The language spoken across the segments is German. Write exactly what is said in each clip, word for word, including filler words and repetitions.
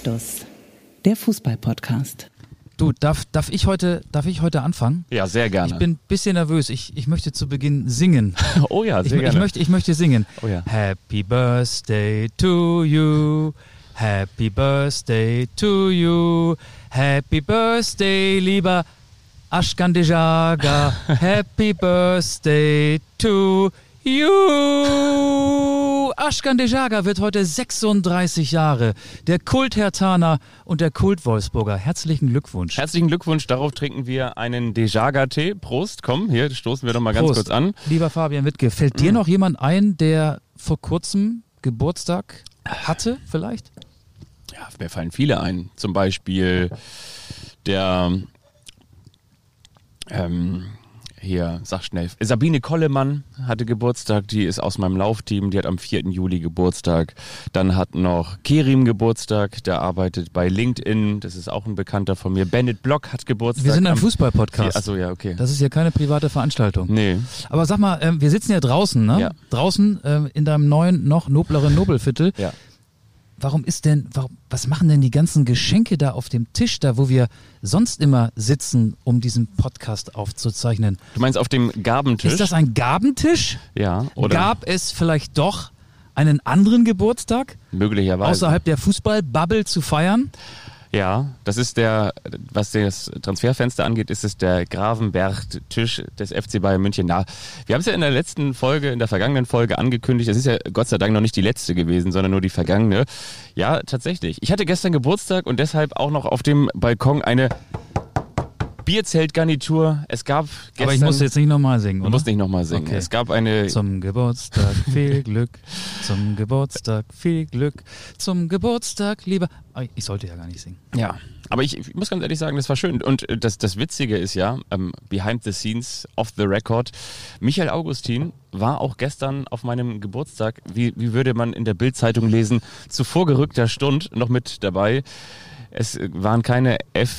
Anstoß, der Fußball-Podcast. Du, darf, darf, ich heute, darf ich heute anfangen? Ja, sehr gerne. Ich bin ein bisschen nervös. Ich, ich möchte zu Beginn singen. Oh ja, sehr ich, gerne. Ich möchte, ich möchte singen. Oh ja. Happy Birthday to you. Happy Birthday to you. Happy Birthday, lieber Ashkan Dejaga. Happy Birthday to you. Ashkan Dejaga wird heute sechsunddreißig Jahre. Der Kult-Hertaner und der Kult-Wolfsburger. Herzlichen Glückwunsch. Herzlichen Glückwunsch. Darauf trinken wir einen Dejaga-Tee. Prost. Komm, hier stoßen wir doch mal ganz Prost. kurz an. Lieber Fabian Wittke, fällt dir noch jemand ein, der vor kurzem Geburtstag hatte vielleicht? Ja, mir fallen viele ein. Zum Beispiel der ähm, hier, sag schnell, Sabine Kollemann hatte Geburtstag, die ist aus meinem Laufteam, die hat am vierten Juli Geburtstag. Dann hat noch Kerim Geburtstag, der arbeitet bei LinkedIn, das ist auch ein Bekannter von mir. Bennett Block hat Geburtstag. Wir sind ein Fußball-Podcast. Achso, ja, okay. Das ist ja keine private Veranstaltung. Nee. Aber sag mal, äh, wir sitzen ja draußen, ne? Ja. Draußen äh, in deinem neuen, noch nobleren Nobelviertel. Ja. Warum ist denn, warum, was machen denn die ganzen Geschenke da auf dem Tisch, da wo wir sonst immer sitzen, um diesen Podcast aufzuzeichnen? Du meinst auf dem Gabentisch? Ist das ein Gabentisch? Ja, oder? Gab es vielleicht doch einen anderen Geburtstag, Möglicherweise. außerhalb der Fußball-Bubble zu feiern? Ja, das ist der, was das Transferfenster angeht, ist es der Gravenberg-Tisch des F C Bayern München. Na, wir haben es ja in der letzten Folge, in der vergangenen Folge angekündigt. Es ist ja Gott sei Dank noch nicht die letzte gewesen, sondern nur die vergangene. Ja, tatsächlich. Ich hatte gestern Geburtstag und deshalb auch noch auf dem Balkon eine Bierzeltgarnitur. Es gab gestern... Aber ich muss jetzt nicht nochmal singen, oder? Du musst nicht nochmal singen. Okay. Es gab eine... Zum Geburtstag viel Glück, zum Geburtstag viel Glück, zum Geburtstag lieber... Ah, ich sollte ja gar nicht singen. Ja, aber ich, ich muss ganz ehrlich sagen, das war schön. Und das, das Witzige ist ja, ähm, behind the scenes, off the record, Michael Augustin war auch gestern auf meinem Geburtstag, wie, wie würde man in der Bild-Zeitung lesen, zu vorgerückter Stunde noch mit dabei. Es waren keine F...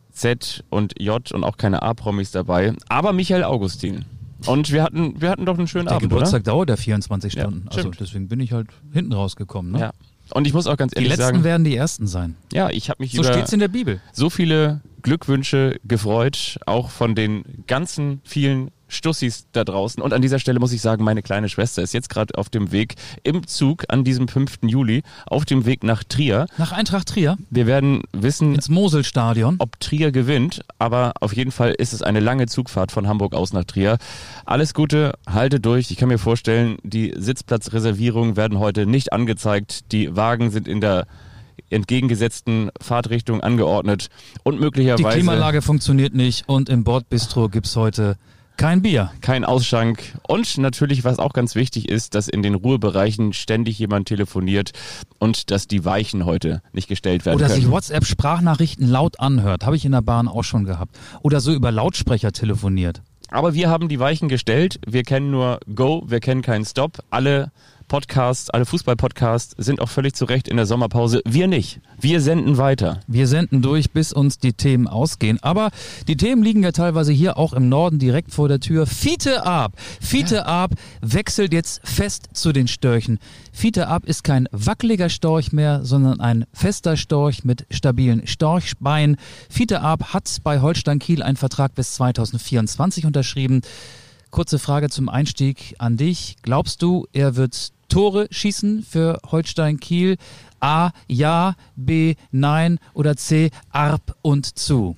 Z und J und auch keine A-Promis dabei, aber Michael Augustin. Und wir hatten, wir hatten doch einen schönen Der Abend, Geburtstag oder? dauert ja vierundzwanzig Stunden, Ja, also stimmt. deswegen bin ich halt hinten rausgekommen. Ne? Ja. Und ich muss auch ganz Die ehrlich Letzten sagen, werden die Ersten sein. ja, ich habe mich So über steht's in der Bibel. so viele Glückwünsche gefreut, auch von den ganzen vielen Stussis da draußen. Und an dieser Stelle muss ich sagen, meine kleine Schwester ist jetzt gerade auf dem Weg im Zug an diesem fünften Juli, auf dem Weg nach Trier. Nach Eintracht Trier, Wir werden wissen, ins Moselstadion. ob Trier gewinnt, aber auf jeden Fall ist es eine lange Zugfahrt von Hamburg aus nach Trier. Alles Gute, halte durch. Ich kann mir vorstellen, die Sitzplatzreservierungen werden heute nicht angezeigt. Die Wagen sind in der entgegengesetzten Fahrtrichtung angeordnet und Die möglicherweise Klimaanlage funktioniert nicht und im Bordbistro gibt's heute kein Bier. kein Ausschank. Und natürlich, was auch ganz wichtig ist, dass in den Ruhebereichen ständig jemand telefoniert und dass die Weichen heute nicht gestellt werden Oder können. sich WhatsApp-Sprachnachrichten laut anhört. Habe ich in der Bahn auch schon gehabt. Oder so über Lautsprecher telefoniert. Aber wir haben die Weichen gestellt. Wir kennen nur Go, wir kennen keinen Stop. Alle Podcasts, alle Fußball-Podcasts sind auch völlig zu Recht in der Sommerpause. Wir nicht. Wir senden weiter. Wir senden durch, bis uns die Themen ausgehen. Aber die Themen liegen ja teilweise hier auch im Norden direkt vor der Tür. Fiete Arp. Fiete ja. Arp wechselt jetzt fest zu den Störchen. Fiete Arp ist kein wackeliger Storch mehr, sondern ein fester Storch mit stabilen Storchbeinen. Fiete Arp hat bei Holstein Kiel einen Vertrag bis zweitausendvierundzwanzig unterschrieben. Kurze Frage zum Einstieg an dich. Glaubst du, er wird Tore schießen für Holstein Kiel? A, ja, B, nein oder C, Arp und zu?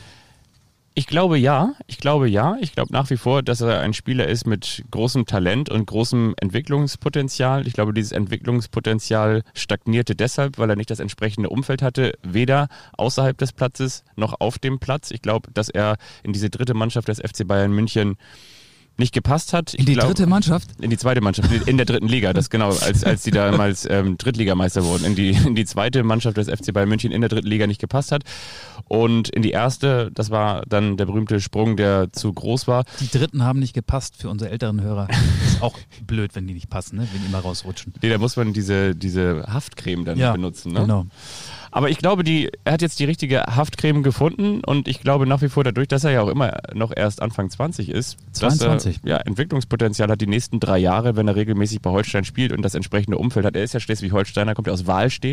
Ich glaube ja, ich glaube ja. Ich glaube nach wie vor, dass er ein Spieler ist mit großem Talent und großem Entwicklungspotenzial. Ich glaube, dieses Entwicklungspotenzial stagnierte deshalb, weil er nicht das entsprechende Umfeld hatte, weder außerhalb des Platzes noch auf dem Platz. Ich glaube, dass er in diese dritte Mannschaft des F C Bayern München nicht gepasst hat. Ich In die glaub, dritte Mannschaft? In die zweite Mannschaft, in der dritten Liga, das genau, als, als die damals ähm, Drittligameister wurden, in die, in die zweite Mannschaft des F C Bayern München in der dritten Liga nicht gepasst hat. Und in die erste, das war dann der berühmte Sprung, der zu groß war. Die Dritten haben nicht gepasst für unsere älteren Hörer. Ist auch blöd, wenn die nicht passen, ne? Wenn die mal rausrutschen. Nee, da muss man diese, diese Haftcreme dann Ja, benutzen. Ne? genau. Aber ich glaube, die, er hat jetzt die richtige Haftcreme gefunden und ich glaube nach wie vor dadurch, dass er ja auch immer noch erst Anfang zwanzig ist, zweiundzwanzig. dass er ja, Entwicklungspotenzial hat die nächsten drei Jahre, wenn er regelmäßig bei Holstein spielt und das entsprechende Umfeld hat. Er ist ja Schleswig-Holsteiner, kommt ja aus Wahlstedt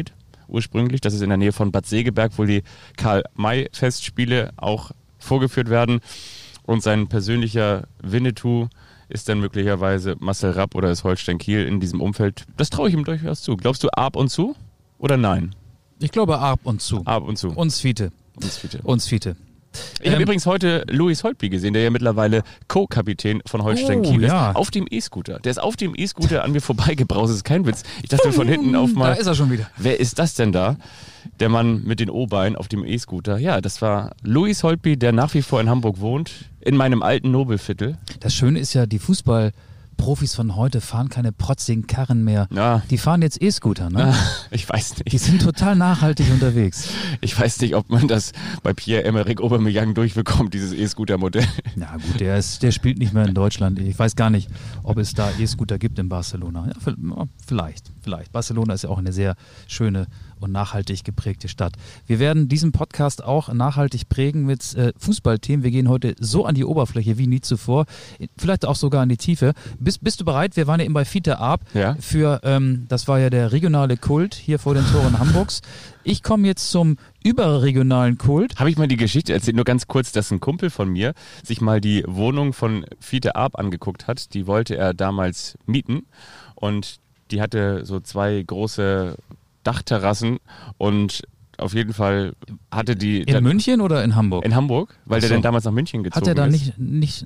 ursprünglich. Das ist in der Nähe von Bad Segeberg, wo die Karl-May-Festspiele auch vorgeführt werden. Und sein persönlicher Winnetou ist dann möglicherweise Marcel Rapp oder ist Holstein Kiel in diesem Umfeld. Das traue ich ihm durchaus zu. Glaubst du ab und zu oder nein? Ich glaube ab und zu. Ab und zu. Uns Fiete. Uns Fiete. Uns Fiete. Ich habe Ähm, übrigens heute Louis Holtby gesehen, der ja mittlerweile Co-Kapitän von Holstein Oh, Kiel ist, ja. auf dem E-Scooter. Der ist auf dem E-Scooter an mir vorbeigebraust, das ist kein Witz. Ich dachte von hinten auf mal, Da ist er schon wieder. wer ist das denn da? Der Mann mit den O-Beinen auf dem E-Scooter. Ja, das war Louis Holtby, der nach wie vor in Hamburg wohnt, in meinem alten Nobelviertel. Das Schöne ist ja, die Fußballprofis von heute fahren keine protzigen Karren mehr. Ja. Die fahren jetzt E-Scooter, ne? Ich weiß Die nicht. sind total nachhaltig unterwegs. Ich weiß nicht, ob man das bei Pierre-Emerick Aubameyang durchbekommt, dieses E-Scooter-Modell. Na gut, der, ist, der spielt nicht mehr in Deutschland. Ich weiß gar nicht, ob es da E-Scooter gibt in Barcelona. Ja, v- vielleicht, vielleicht. Barcelona ist ja auch eine sehr schöne und nachhaltig geprägte Stadt. Wir werden diesen Podcast auch nachhaltig prägen mit äh, Fußballthemen. Wir gehen heute so an die Oberfläche wie nie zuvor, vielleicht auch sogar an die Tiefe. Bist, bist du bereit? Wir waren ja eben bei Fiete Arp Ja. für, ähm, das war ja der regionale Kult hier vor den Toren Hamburgs. Ich komme jetzt zum überregionalen Kult. Habe ich mal die Geschichte erzählt, nur ganz kurz, dass ein Kumpel von mir sich mal die Wohnung von Fiete Arp angeguckt hat. Die wollte er damals mieten und die hatte so zwei große Dachterrassen und auf jeden Fall hatte die In dann- München oder in Hamburg? in Hamburg, weil Ach der so. dann damals nach München gezogen Hat er da ist. nicht, nicht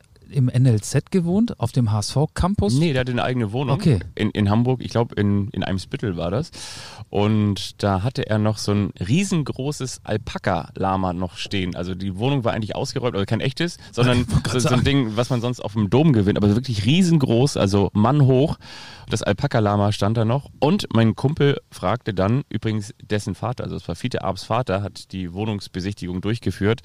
im N L Z gewohnt, auf dem H S V-Campus? Nee, der hatte eine eigene Wohnung Okay. in, in Hamburg, ich glaube in, in Eimsbüttel war das. Und da hatte er noch so ein riesengroßes Alpaka-Lama noch stehen. Also die Wohnung war eigentlich ausgeräumt, also kein echtes, sondern so, so ein Ding, was man sonst auf dem Dom gewinnt, aber wirklich riesengroß, also mannhoch. Das Alpaka-Lama stand da noch. Und mein Kumpel fragte dann, übrigens dessen Vater, also es war Fiete Arps Vater, hat die Wohnungsbesichtigung durchgeführt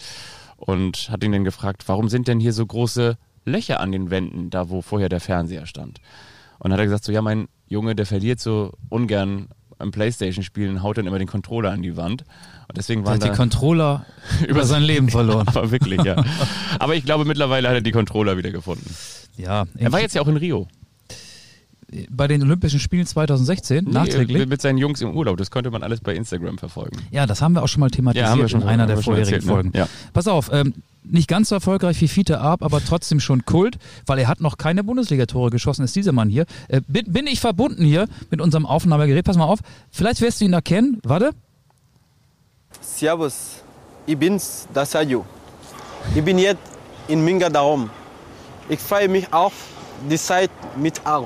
und hat ihn dann gefragt, warum sind denn hier so große Löcher an den Wänden, da wo vorher der Fernseher stand. Und dann hat er gesagt, so ja, mein Junge, der verliert so ungern am Playstation-Spielen, haut dann immer den Controller an die Wand. Und deswegen Der waren hat die da Controller über sein Leben verloren. aber wirklich, ja. Aber ich glaube, mittlerweile hat er die Controller wieder gefunden. Ja, Er war jetzt ja auch in Rio. bei den Olympischen Spielen zwanzig sechzehn, nachträglich. Nee, mit seinen Jungs im Urlaub. Das konnte man alles bei Instagram verfolgen. Ja, das haben wir auch schon mal thematisiert Ja, haben wir schon- in einer haben der wir schon vorherigen erzählt, ne? Folgen. Ja. Pass auf, ähm, nicht ganz so erfolgreich wie Fiete Arp, aber trotzdem schon Kult, weil er hat noch keine Bundesligatore geschossen, ist dieser Mann hier. Äh, bin, bin ich verbunden hier mit unserem Aufnahmegerät? Pass mal auf, vielleicht wirst du ihn erkennen. Warte. Servus, ich bin's, der Sergio. Ich bin jetzt in Minga darum. Ich freue mich auf die Zeit mit auch.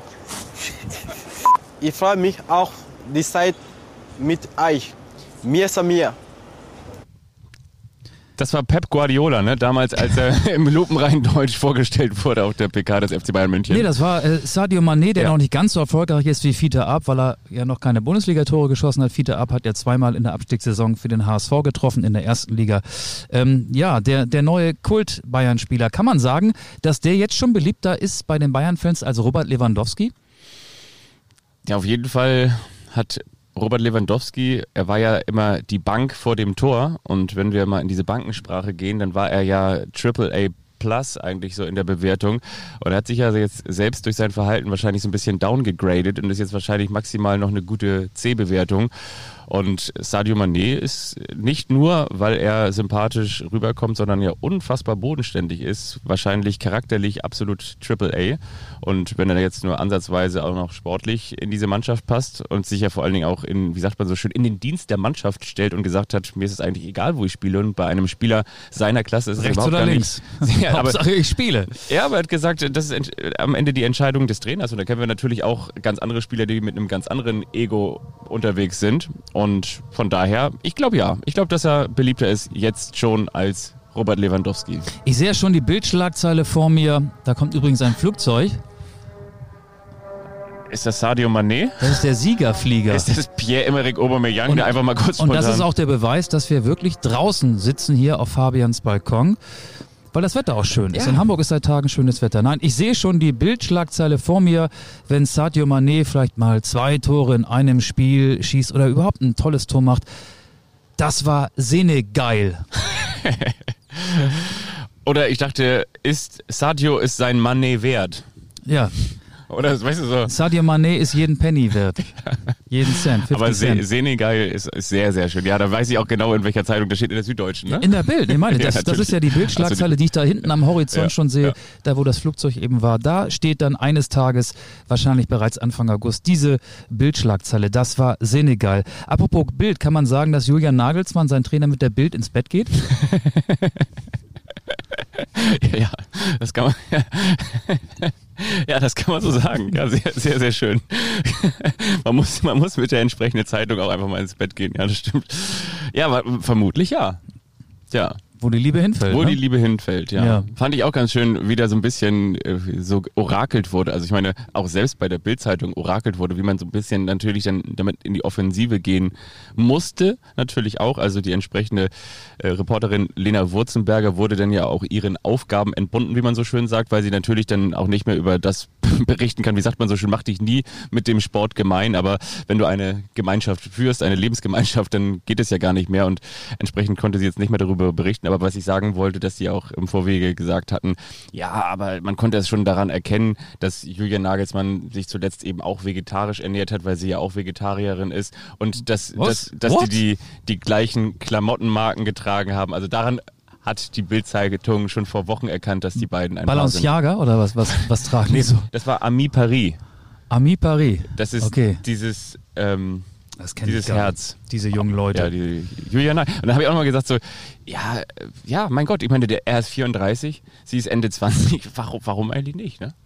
Ich freue mich auch die Zeit mit euch. Mir ist mir. Das war Pep Guardiola, ne? Damals, als er im lupenreinen Deutsch vorgestellt wurde auf der P K des F C Bayern München. Nee, das war äh, Sadio Mané, der Ja. noch nicht ganz so erfolgreich ist wie Fiete Arp, weil er ja noch keine Bundesligatore geschossen hat. Fiete Arp hat ja zweimal in der Abstiegssaison für den H S V getroffen in der ersten Liga. Ähm, ja, der, der neue Kult-Bayern-Spieler. Kann man sagen, dass der jetzt schon beliebter ist bei den Bayern-Fans als Robert Lewandowski? Ja, auf jeden Fall hat Robert Lewandowski, er war ja immer die Bank vor dem Tor und wenn wir mal in diese Bankensprache gehen, dann war er ja Triple A Plus eigentlich so in der Bewertung und er hat sich ja jetzt selbst durch sein Verhalten wahrscheinlich so ein bisschen downgegradet und ist jetzt wahrscheinlich maximal noch eine gute C-Bewertung. Und Sadio Mané ist nicht nur, weil er sympathisch rüberkommt, sondern ja unfassbar bodenständig ist, wahrscheinlich charakterlich absolut Triple A. Und wenn er jetzt nur ansatzweise auch noch sportlich in diese Mannschaft passt und sich ja vor allen Dingen auch in, wie sagt man so schön, in den Dienst der Mannschaft stellt und gesagt hat, mir ist es eigentlich egal, wo ich spiele. Und bei einem Spieler seiner Klasse ist es Rechts überhaupt oder gar links? nicht. Ja, aber, Hauptsache ich spiele. ja, aber er hat gesagt, das ist ent- am Ende die Entscheidung des Trainers. Und da kennen wir natürlich auch ganz andere Spieler, die mit einem ganz anderen Ego unterwegs sind. Und von daher, ich glaube ja, ich glaube, dass er beliebter ist jetzt schon als Robert Lewandowski. Ich sehe schon die Bildschlagzeile vor mir. Da kommt übrigens ein Flugzeug. Ist das Sadio Mané? Das ist der Siegerflieger. Ist das Pierre-Emerick Aubameyang, Und- der einfach mal kurz Und spontan... das ist auch der Beweis, dass wir wirklich draußen sitzen hier auf Fabians Balkon, weil das Wetter auch schön ist. Ja. In Hamburg ist seit Tagen schönes Wetter. Nein, ich sehe schon die Bildschlagzeile vor mir, wenn Sadio Mané vielleicht mal zwei Tore in einem Spiel schießt oder überhaupt ein tolles Tor macht. Das war Senegal. Oder ich dachte, ist Sadio ist sein Mané wert? Ja. Oder, weißt du, so. Sadio Mané ist jeden Penny wert. Jeden Cent. Aber Se- Cent. Senegal ist, ist sehr, sehr schön. Ja, da weiß ich auch genau, in welcher Zeitung das steht, in der Süddeutschen, ne? In der Bild, ich meine, das, Ja, das ist ja die Bildschlagzeile, die ich da hinten am Horizont Ja, schon sehe, ja. da wo das Flugzeug eben war. Da steht dann eines Tages, wahrscheinlich bereits Anfang August, diese Bildschlagzeile. Das war Senegal. Apropos Bild, kann man sagen, dass Julian Nagelsmann, sein Trainer, mit der Bild ins Bett geht? Ja, ja, das kann man. Ja, das kann man so sagen. Ja, sehr, sehr, sehr schön. Man muss, man muss mit der entsprechenden Zeitung auch einfach mal ins Bett gehen. Ja, das stimmt. Ja, aber vermutlich ja. Ja. Wo die Liebe hinfällt. Wo ne? die Liebe hinfällt, ja. Ja. Fand ich auch ganz schön, wie da so ein bisschen äh, so orakelt wurde. Also ich meine, auch selbst bei der Bild-Zeitung orakelt wurde, wie man so ein bisschen natürlich dann damit in die Offensive gehen musste. Natürlich auch. Also die entsprechende äh, Reporterin Lena Wurzenberger wurde dann ja auch ihren Aufgaben entbunden, wie man so schön sagt, weil sie natürlich dann auch nicht mehr über das berichten kann. Wie sagt man so schön, mach dich nie mit dem Sport gemein. Aber wenn du eine Gemeinschaft führst, eine Lebensgemeinschaft, dann geht es ja gar nicht mehr. Und entsprechend konnte sie jetzt nicht mehr darüber berichten. Aber was ich sagen wollte, dass sie auch im Vorwege gesagt hatten, ja, aber man konnte es schon daran erkennen, dass Julian Nagelsmann sich zuletzt eben auch vegetarisch ernährt hat, weil sie ja auch Vegetarierin ist und dass, dass, dass die, die die gleichen Klamottenmarken getragen haben. Also daran hat die Bild-Zeitung schon vor Wochen erkannt, dass die beiden ein Paar sind. Balenciaga oder was, was, was tragen die so? Das war Ami Paris. Ami Paris. Das ist okay. dieses... Ähm, Das kenn Dieses ich gar Herz. nicht. Diese jungen Leute. Ja, die Julian. Und dann habe ich auch nochmal gesagt so, ja, ja, mein Gott, ich meine, der, er ist vierunddreißig, sie ist Ende zwanzig, warum, warum eigentlich nicht, ne?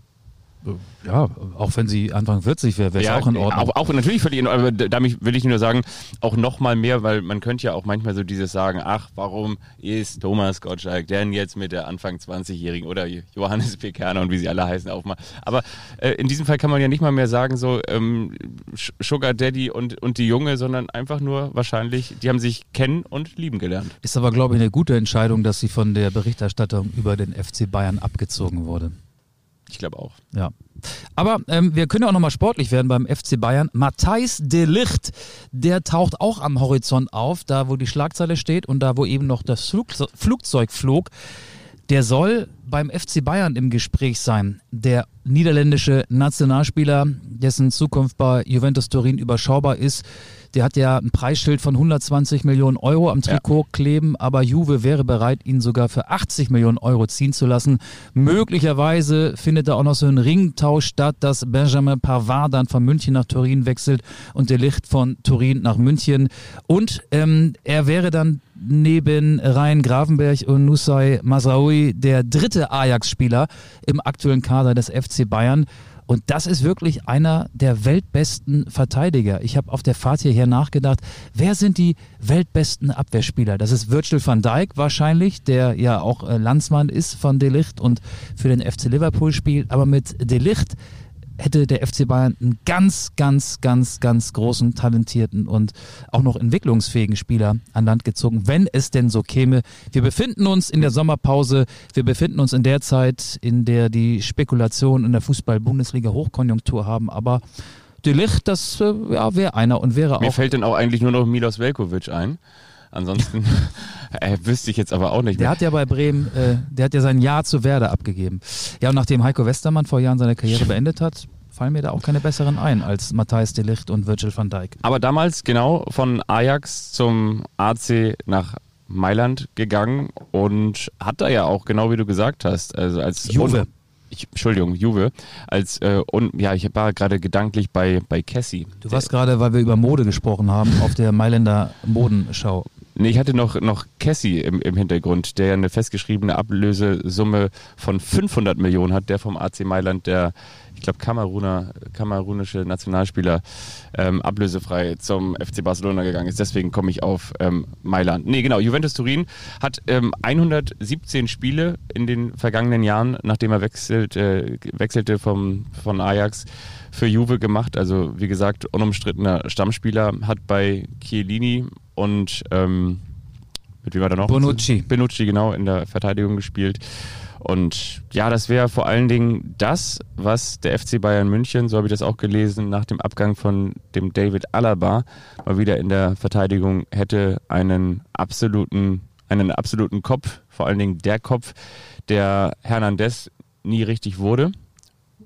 Ja, auch wenn sie Anfang vierzig wäre, wäre es Ja, auch in Ordnung. Auch, auch natürlich völlig in Ordnung, aber damit will ich nur sagen, auch nochmal mehr, weil man könnte ja auch manchmal so dieses sagen, ach, warum ist Thomas Gottschalk denn jetzt mit der Anfang zwanzigjährigen oder Johannes P. Kerner und wie sie alle heißen auch mal. Aber äh, in diesem Fall kann man ja nicht mal mehr sagen, so ähm, Sugar Daddy und, und die Junge, sondern einfach nur wahrscheinlich, die haben sich kennen und lieben gelernt. Ist aber, glaube ich, eine gute Entscheidung, dass sie von der Berichterstattung über den F C Bayern abgezogen wurde. Ich glaube auch. Ja. Aber ähm, wir können auch nochmal sportlich werden beim F C Bayern. Matthijs de Ligt, der taucht auch am Horizont auf, da wo die Schlagzeile steht und da wo eben noch das Flugze- Flugzeug flog. Der soll beim F C Bayern im Gespräch sein. Der niederländische Nationalspieler, dessen Zukunft bei Juventus Turin überschaubar ist, der hat ja ein Preisschild von hundertzwanzig Millionen Euro am Trikot ja. kleben, aber Juve wäre bereit, ihn sogar für achtzig Millionen Euro ziehen zu lassen. Möglicherweise findet da auch noch so ein Ringtausch statt, dass Benjamin Pavard dann von München nach Turin wechselt und de Ligt von Turin nach München. Und ähm, er wäre dann neben Ryan Gravenberch und Nusay Mazraoui der dritte Ajax-Spieler im aktuellen Kader des F C Bayern. Und das ist wirklich einer der weltbesten Verteidiger. Ich habe auf der Fahrt hierher nachgedacht, wer sind die weltbesten Abwehrspieler? Das ist Virgil van Dijk wahrscheinlich, der ja auch Landsmann ist von de Ligt und für den F C Liverpool spielt. Aber mit de Ligt hätte der F C Bayern einen ganz, ganz, ganz, ganz großen, talentierten und auch noch entwicklungsfähigen Spieler an Land gezogen, wenn es denn so käme. Wir befinden uns in der Sommerpause, wir befinden uns in der Zeit, in der die Spekulationen in der Fußball-Bundesliga Hochkonjunktur haben, aber de Ligt, das äh, ja, wäre einer und wäre auch... Mir fällt dann auch eigentlich nur noch Milos Veljković ein. Ansonsten äh, wüsste ich jetzt aber auch nicht mehr. Der hat ja bei Bremen, äh, der hat ja sein Jahr zu Werder abgegeben. Ja, und nachdem Heiko Westermann vor Jahren seine Karriere beendet hat, fallen mir da auch keine besseren ein als Matthijs de Ligt und Virgil van Dijk. Aber damals genau von Ajax zum A C nach Mailand gegangen und hat da ja auch, genau wie du gesagt hast, also als Juve. Un- ich, Entschuldigung, Juve, als äh, und ja, ich war gerade gedanklich bei, bei Cassie. Du warst gerade, weil wir über Mode gesprochen haben, auf der Mailänder Modenschau. Nee, ich hatte noch, noch Cassie im, im Hintergrund, der eine festgeschriebene Ablösesumme von fünfhundert Millionen hat, der vom A C Mailand, der, ich glaube, Kameruner, kamerunische Nationalspieler, ähm, ablösefrei zum F C Barcelona gegangen ist. Deswegen komme ich auf ähm, Mailand. Nee, genau, Juventus Turin hat ähm, hundertsiebzehn Spiele in den vergangenen Jahren, nachdem er wechselt, äh, wechselte vom, von Ajax, für Juve gemacht. Also wie gesagt, unumstrittener Stammspieler, hat bei Chiellini und ähm, mit wem war da noch? Bonucci. Bonucci, genau, in der Verteidigung gespielt. Und ja, das wäre vor allen Dingen das, was der F C Bayern München, so habe ich das auch gelesen, nach dem Abgang von dem David Alaba mal wieder in der Verteidigung hätte, einen absoluten, einen absoluten Kopf, vor allen Dingen der Kopf, der Hernandez nie richtig wurde.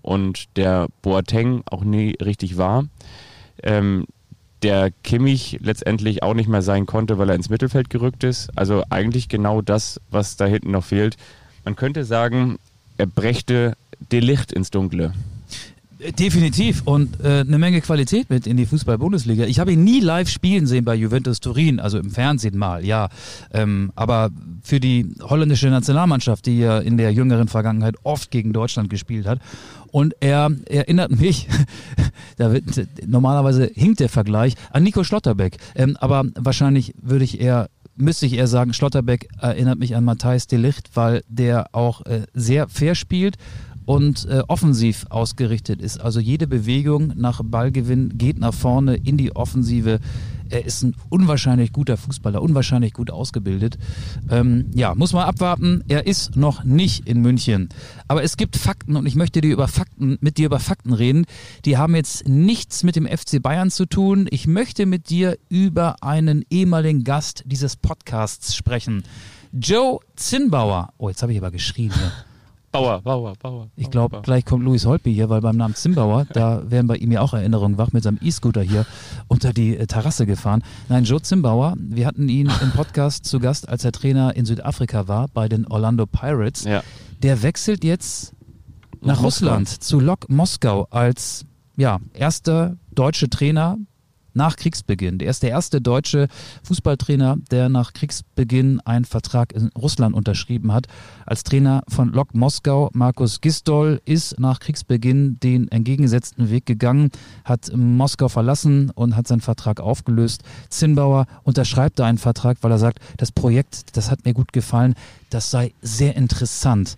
und der Boateng auch nie richtig war. Ähm, der Kimmich letztendlich auch nicht mehr sein konnte, weil er ins Mittelfeld gerückt ist. Also eigentlich genau das, was da hinten noch fehlt. Man könnte sagen, er brächte De Ligt ins Dunkle. Definitiv und äh, eine Menge Qualität mit in die Fußball-Bundesliga. Ich habe ihn nie live spielen sehen bei Juventus Turin, also im Fernsehen mal, ja. Ähm, aber für die holländische Nationalmannschaft, die ja in der jüngeren Vergangenheit oft gegen Deutschland gespielt hat. Und er erinnert mich, da wird, normalerweise hinkt der Vergleich, an Nico Schlotterbeck. Ähm, aber wahrscheinlich würde ich eher müsste ich eher sagen, Schlotterbeck erinnert mich an Matthijs de Ligt, weil der auch äh, sehr fair spielt und äh, offensiv ausgerichtet ist. Also jede Bewegung nach Ballgewinn geht nach vorne in die Offensive. Er ist ein unwahrscheinlich guter Fußballer, unwahrscheinlich gut ausgebildet. Ähm, ja, muss man abwarten. Er ist noch nicht in München. Aber es gibt Fakten und ich möchte dir über Fakten, mit dir über Fakten reden. Die haben jetzt nichts mit dem F C Bayern zu tun. Ich möchte mit dir über einen ehemaligen Gast dieses Podcasts sprechen. Joe Zinnbauer. Oh, jetzt habe ich aber geschrien hier. Bauer, Bauer, Bauer. Ich glaube, gleich kommt Louis Holtby hier, weil beim Namen Zinnbauer, da werden bei ihm ja auch Erinnerungen wach, mit seinem E-Scooter hier unter die äh, Terrasse gefahren. Nein, Joe Zinnbauer, wir hatten ihn im Podcast zu Gast, als er Trainer in Südafrika war, bei den Orlando Pirates. Ja. Der wechselt jetzt nach Russland zu Lok Moskau als ja, erster deutscher Trainer nach Kriegsbeginn. Der ist der erste deutsche Fußballtrainer, der nach Kriegsbeginn einen Vertrag in Russland unterschrieben hat. Als Trainer von Lok Moskau, Markus Gistol, ist nach Kriegsbeginn den entgegengesetzten Weg gegangen, hat Moskau verlassen und hat seinen Vertrag aufgelöst. Zinnbauer unterschreibt da einen Vertrag, weil er sagt, das Projekt, das hat mir gut gefallen, das sei sehr interessant.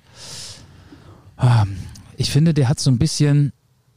Ich finde, der hat so ein bisschen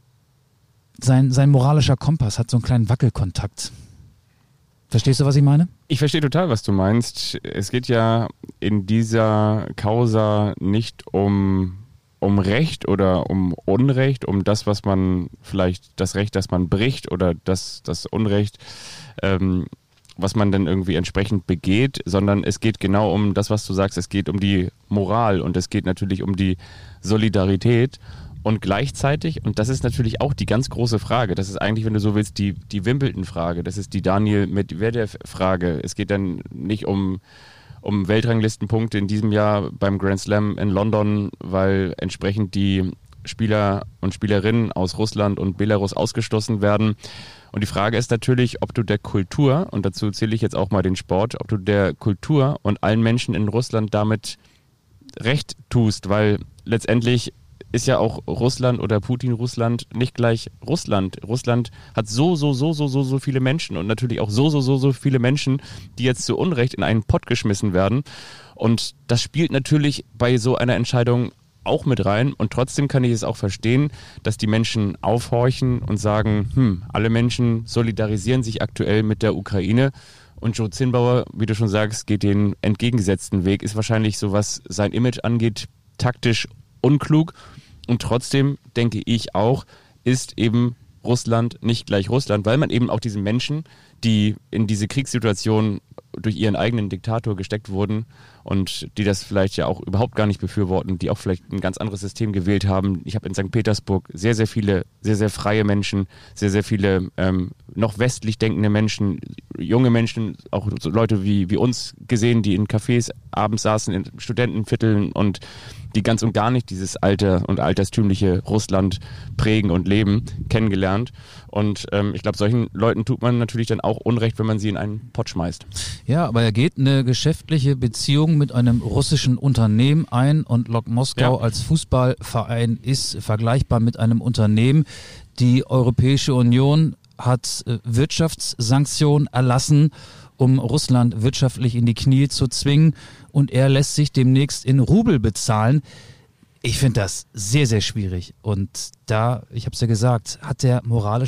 Sein, sein moralischer Kompass hat so einen kleinen Wackelkontakt. Verstehst du, was ich meine? Ich verstehe total, was du meinst. Es geht ja in dieser Causa nicht um, um Recht oder um Unrecht, um das, was man vielleicht, das Recht, das man bricht oder das, das Unrecht, ähm, was man dann irgendwie entsprechend begeht, sondern es geht genau um das, was du sagst. Es geht um die Moral und es geht natürlich um die Solidarität. Und gleichzeitig, und das ist natürlich auch die ganz große Frage, das ist eigentlich, wenn du so willst, die, die Wimbledon-Frage, das ist die Daniel Medvedev-Frage. Es geht dann nicht um, um Weltranglistenpunkte in diesem Jahr beim Grand Slam in London, weil entsprechend die Spieler und Spielerinnen aus Russland und Belarus ausgeschlossen werden. Und die Frage ist natürlich, ob du der Kultur, und dazu zähle ich jetzt auch mal den Sport, ob du der Kultur und allen Menschen in Russland damit recht tust, weil letztendlich ist ja auch Russland oder Putin-Russland nicht gleich Russland. Russland hat so, so, so, so, so, so viele Menschen und natürlich auch so, so, so, so viele Menschen, die jetzt zu Unrecht in einen Pott geschmissen werden. Und das spielt natürlich bei so einer Entscheidung auch mit rein. Und trotzdem kann ich es auch verstehen, dass die Menschen aufhorchen und sagen, hm, alle Menschen solidarisieren sich aktuell mit der Ukraine. Und Joe Zinnbauer, wie du schon sagst, geht den entgegengesetzten Weg, ist wahrscheinlich so, was sein Image angeht, taktisch unklug. Und trotzdem denke ich auch, ist eben Russland nicht gleich Russland, weil man eben auch diesen Menschen, die in diese Kriegssituation durch ihren eigenen Diktator gesteckt wurden und die das vielleicht ja auch überhaupt gar nicht befürworten, die auch vielleicht ein ganz anderes System gewählt haben. Ich habe in Sankt Petersburg sehr, sehr viele, sehr, sehr freie Menschen, sehr, sehr viele ähm, noch westlich denkende Menschen, junge Menschen, auch so Leute wie, wie uns gesehen, die in Cafés abends saßen, in Studentenvierteln und die ganz und gar nicht dieses alte und alterstümliche Russland prägen und leben, kennengelernt. Und ähm, ich glaube, solchen Leuten tut man natürlich dann auch Unrecht, wenn man sie in einen Pott schmeißt. Ja, aber er geht eine geschäftliche Beziehung mit einem russischen Unternehmen ein und Lok Moskau ja. als Fußballverein ist vergleichbar mit einem Unternehmen. Die Europäische Union hat äh, Wirtschaftssanktionen erlassen, um Russland wirtschaftlich in die Knie zu zwingen und er lässt sich demnächst in Rubel bezahlen. Ich finde das sehr, sehr schwierig und da, ich habe es ja gesagt, hat der moralische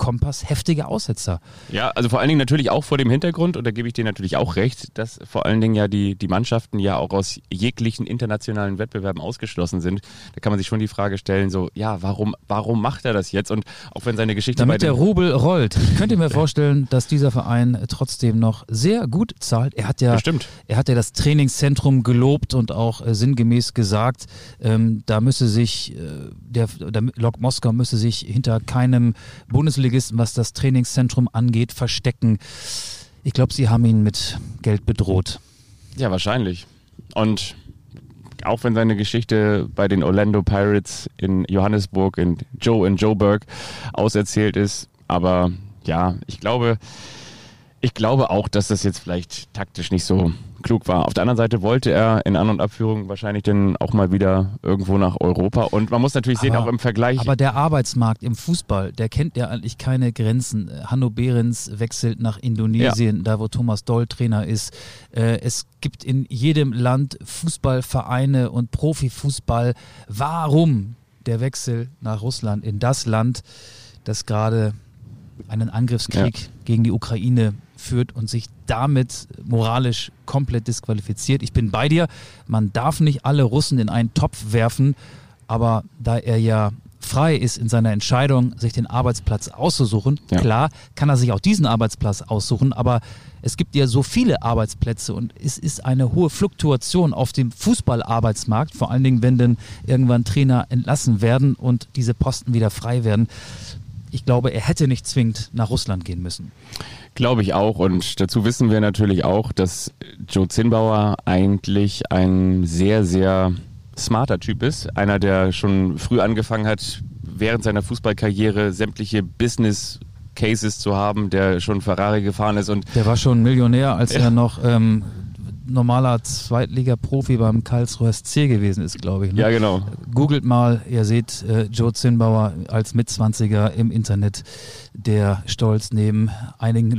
Kompass heftige Aussetzer. Ja, also vor allen Dingen natürlich auch vor dem Hintergrund, und da gebe ich dir natürlich auch recht, dass vor allen Dingen ja die, die Mannschaften ja auch aus jeglichen internationalen Wettbewerben ausgeschlossen sind. Da kann man sich schon die Frage stellen, so, ja, warum, warum macht er das jetzt? Und auch wenn seine Geschichte Damit bei den der Rubel rollt. Ich könnte mir vorstellen, dass dieser Verein trotzdem noch sehr gut zahlt. Er hat ja, Bestimmt. er hat ja das Trainingszentrum gelobt und auch äh, sinngemäß gesagt, ähm, da müsse sich, äh, der, der Lok Moskau müsse sich hinter keinem Bundesligisten, was das Trainingszentrum angeht, verstecken. Ich glaube, sie haben ihn mit Geld bedroht. Ja, wahrscheinlich. Und auch wenn seine Geschichte bei den Orlando Pirates in Johannesburg, in Joe in Joburg auserzählt ist, aber ja, ich glaube, ich glaube auch, dass das jetzt vielleicht taktisch nicht so klug war. Auf der anderen Seite wollte er in An- und Abführung wahrscheinlich dann auch mal wieder irgendwo nach Europa. Und man muss natürlich sehen, Aber- auch im Vergleich. Aber der Arbeitsmarkt im Fußball, der kennt ja eigentlich keine Grenzen. Hanno Behrens wechselt nach Indonesien, da wo Thomas Doll Trainer ist. Äh, es gibt in jedem Land Fußballvereine und Profifußball. Warum der Wechsel nach Russland in das Land, das gerade einen Angriffskrieg Ja. gegen die Ukraine führt und sich damit moralisch komplett disqualifiziert? Ich bin bei dir, man darf nicht alle Russen in einen Topf werfen, aber da er ja frei ist in seiner Entscheidung, sich den Arbeitsplatz auszusuchen, Ja. klar kann er sich auch diesen Arbeitsplatz aussuchen, aber es gibt ja so viele Arbeitsplätze und es ist eine hohe Fluktuation auf dem Fußballarbeitsmarkt, vor allen Dingen, wenn dann irgendwann Trainer entlassen werden und diese Posten wieder frei werden. Ich glaube, er hätte nicht zwingend nach Russland gehen müssen. Glaube ich auch. Und dazu wissen wir natürlich auch, dass Joe Zinnbauer eigentlich ein sehr, sehr smarter Typ ist. Einer, der schon früh angefangen hat, während seiner Fußballkarriere sämtliche Business Cases zu haben, der schon Ferrari gefahren ist. Und Der war schon Millionär, als Ja. er noch ähm, normaler Zweitliga-Profi beim Karlsruher S C gewesen ist, glaube ich. Ne? ja, genau. Googelt mal, ihr seht äh, Joe Zinnbauer als Mitzwanziger im Internet, der stolz neben einigen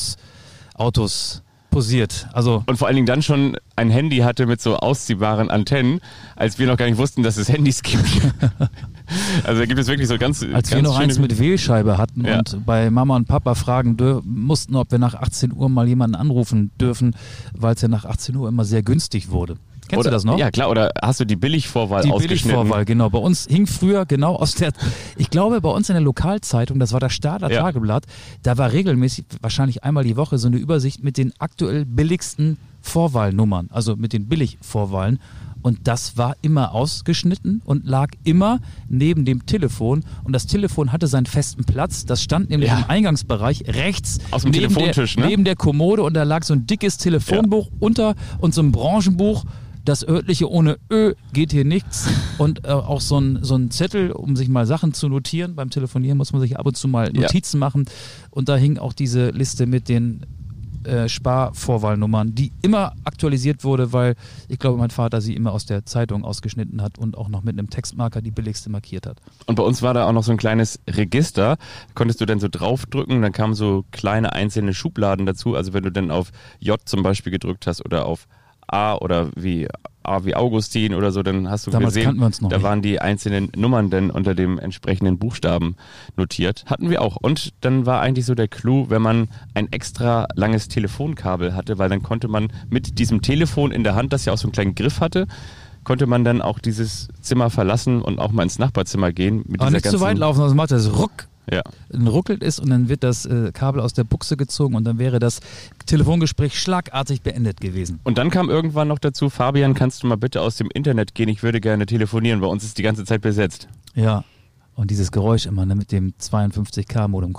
Luxusautos posiert. Also Und vor allen Dingen dann schon ein Handy hatte mit so ausziehbaren Antennen, als wir noch gar nicht wussten, dass es Handys gibt. Also da gibt es wirklich so ganz als ganz wir noch schöne- eins mit Wählscheibe hatten Ja. und bei Mama und Papa fragen dür- mussten, ob wir nach achtzehn Uhr mal jemanden anrufen dürfen, weil es ja nach achtzehn Uhr immer sehr günstig wurde. Kennst oder, du das noch? Ja, klar. Oder hast du die Billigvorwahl Die ausgeschnitten? Billigvorwahl, genau. Bei uns hing früher genau aus der, ich glaube bei uns in der Lokalzeitung, das war das Stadler Ja. Tageblatt, da war regelmäßig, wahrscheinlich einmal die Woche, so eine Übersicht mit den aktuell billigsten Vorwahlnummern, also mit den Billigvorwahlen. Und das war immer ausgeschnitten und lag immer neben dem Telefon. Und das Telefon hatte seinen festen Platz. Das stand nämlich Ja. im Eingangsbereich rechts Aus dem neben, Telefontisch, der, ne? neben der Kommode. Und da lag so ein dickes Telefonbuch unter und so ein Branchenbuch. Das örtliche ohne Ö geht hier nichts. Und äh, auch so ein, so ein Zettel, um sich mal Sachen zu notieren. Beim Telefonieren muss man sich ab und zu mal Ja. Notizen machen. Und da hing auch diese Liste mit den äh, Sparvorwahlnummern, die immer aktualisiert wurde, weil ich glaube, mein Vater sie immer aus der Zeitung ausgeschnitten hat und auch noch mit einem Textmarker die billigste markiert hat. Und bei uns war da auch noch so ein kleines Register. Konntest du dann so draufdrücken, dann kamen so kleine einzelne Schubladen dazu. Also wenn du dann auf J zum Beispiel gedrückt hast oder auf A oder wie A wie Augustin oder so, dann hast du Damals gesehen, kannten wir uns noch da nicht. waren die einzelnen Nummern dann unter dem entsprechenden Buchstaben notiert. Hatten wir auch. Und dann war eigentlich so der Clou, wenn man ein extra langes Telefonkabel hatte, weil dann konnte man mit diesem Telefon in der Hand, das ja auch so einen kleinen Griff hatte, konnte man dann auch dieses Zimmer verlassen und auch mal ins Nachbarzimmer gehen. Mit Aber dieser nicht zu ganzen, weit laufen, sonst macht das ruck. Ja. Dann ruckelt es und dann wird das äh, Kabel aus der Buchse gezogen und dann wäre das Telefongespräch schlagartig beendet gewesen. Und dann kam irgendwann noch dazu, Fabian, kannst du mal bitte aus dem Internet gehen? Ich würde gerne telefonieren, bei uns ist die ganze Zeit besetzt. Ja. Und dieses Geräusch immer ne, mit dem zweiundfünfzig K Modem.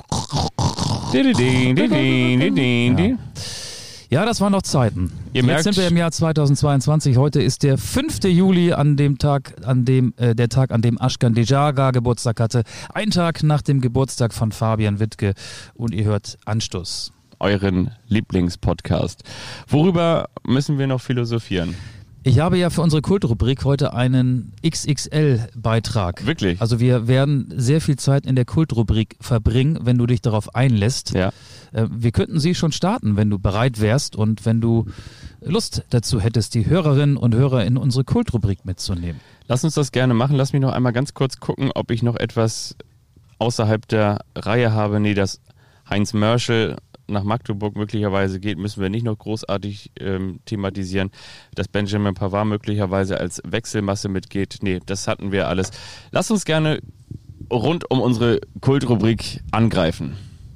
Ja. Ja, das waren noch Zeiten. Ihr Jetzt merkt- sind wir im Jahr zweitausendzweiundzwanzig. Heute ist der fünfte Juli, an dem Tag, an dem äh, der Tag, an dem Ashkan Dejaga Geburtstag hatte. Ein Tag nach dem Geburtstag von Fabian Wittke. Und ihr hört Anstoß. Euren Lieblingspodcast. Worüber müssen wir noch philosophieren? Ich habe ja für unsere Kultrubrik heute einen X X L-Beitrag. Wirklich? Also wir werden sehr viel Zeit in der Kultrubrik verbringen, wenn du dich darauf einlässt. Ja. Äh, Wir könnten sie schon starten, wenn du bereit wärst und wenn du Lust dazu hättest, die Hörerinnen und Hörer in unsere Kultrubrik mitzunehmen. Lass uns das gerne machen. Lass mich noch einmal ganz kurz gucken, ob ich noch etwas außerhalb der Reihe habe, nee, dass Heinz Mörschel nach Magdeburg möglicherweise geht, müssen wir nicht noch großartig ähm, thematisieren. Dass Benjamin Pavard möglicherweise als Wechselmasse mitgeht, nee, das hatten wir alles. Lass uns gerne rund um unsere Kultrubrik angreifen.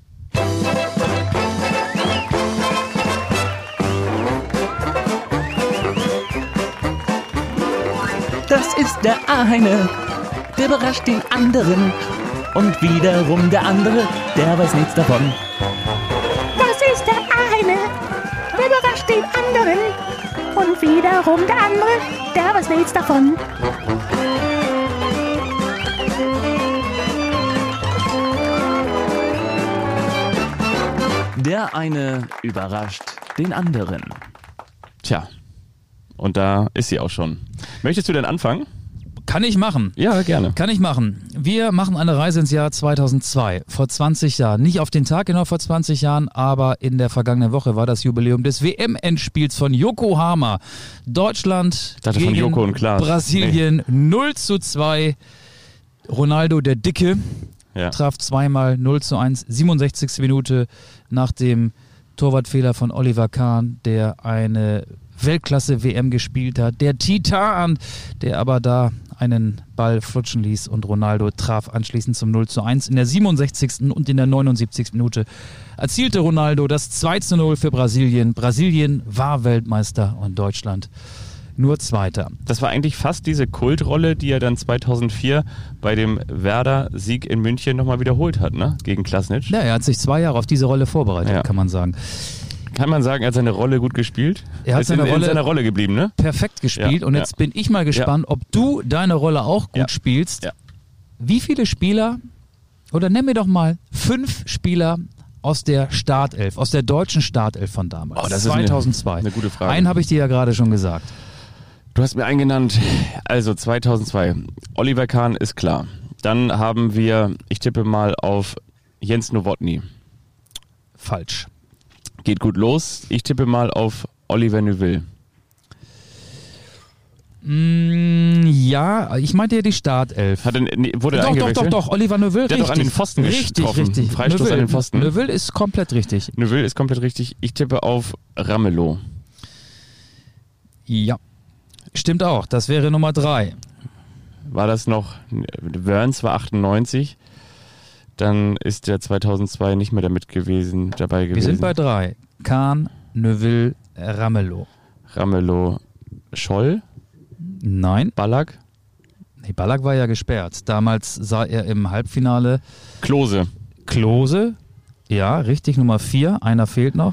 Das ist der eine, der überrascht den anderen. Und wiederum der andere, der weiß nichts davon. Das ist der eine, der überrascht den anderen. Und wiederum der andere, der weiß nichts davon. Der eine überrascht den anderen. Tja, und da ist sie auch schon. Möchtest du denn anfangen? Kann ich machen. Ja, gerne. Kann ich machen. Wir machen eine Reise ins Jahr zweitausendzwei, vor zwanzig Jahren. Nicht auf den Tag genau vor zwanzig Jahren, aber in der vergangenen Woche war das Jubiläum des W M-Endspiels von Yokohama. Deutschland Ich dachte gegen von Joko und Klaas. Brasilien null zu zwei. Ronaldo, der Dicke, Ja. traf zweimal null zu eins, siebenundsechzigste Minute nach dem Torwartfehler von Oliver Kahn, der eine Weltklasse-W M gespielt hat. Der Titan, der aber da einen Ball flutschen ließ und Ronaldo traf anschließend zum null zu eins. In der siebenundsechzigsten und in der neunundsiebzigsten Minute erzielte Ronaldo das zwei zu null für Brasilien. Brasilien war Weltmeister und Deutschland nur Zweiter. Das war eigentlich fast diese Kultrolle, die er dann zweitausendvier bei dem Werder-Sieg in München nochmal wiederholt hat, ne? Gegen Klasnic. Ja, er hat sich zwei Jahre auf diese Rolle vorbereitet, Ja. kann man sagen. Kann man sagen, er hat seine Rolle gut gespielt? Er hat ist seine in, Rolle- in seiner Rolle geblieben, ne? Perfekt gespielt Ja, und ja. jetzt bin ich mal gespannt, ob du deine Rolle auch gut Ja. spielst. Ja. Wie viele Spieler, oder nenn mir doch mal fünf Spieler aus der Startelf, aus der deutschen Startelf von damals, Oh, das ist eine- zweitausendzwei. eine gute Frage. Einen habe ich dir ja gerade schon gesagt. Du hast mir einen genannt. Also zweitausendzwei. Oliver Kahn ist klar. Dann haben wir, ich tippe mal auf Jens Nowotny. Falsch. Geht gut los. Ich tippe mal auf Oliver Neuville. Mm, ja, ich meinte ja die Startelf. Hat er, nee, wurde er Doch, doch, eingewechselt? doch, doch, Oliver Neuville, Der hat richtig. doch an den Pfosten richtig, getroffen. richtig. Freistoß Neuville, an den Pfosten. Neuville ist komplett richtig. Neuville ist komplett richtig. Ich tippe auf Ramelow. Ja, stimmt auch. Das wäre Nummer drei. War das noch, Wörns war achtundneunzig, dann ist der zweitausendzwei nicht mehr damit gewesen, dabei gewesen. Wir sind bei drei. Kahn, Neuville, Ramelow. Ramelow, Scholl, Nein, Ballack, nee, Ballack war ja gesperrt. Damals sah er im Halbfinale Klose. Klose. Ja, richtig, Nummer vier. Einer fehlt noch.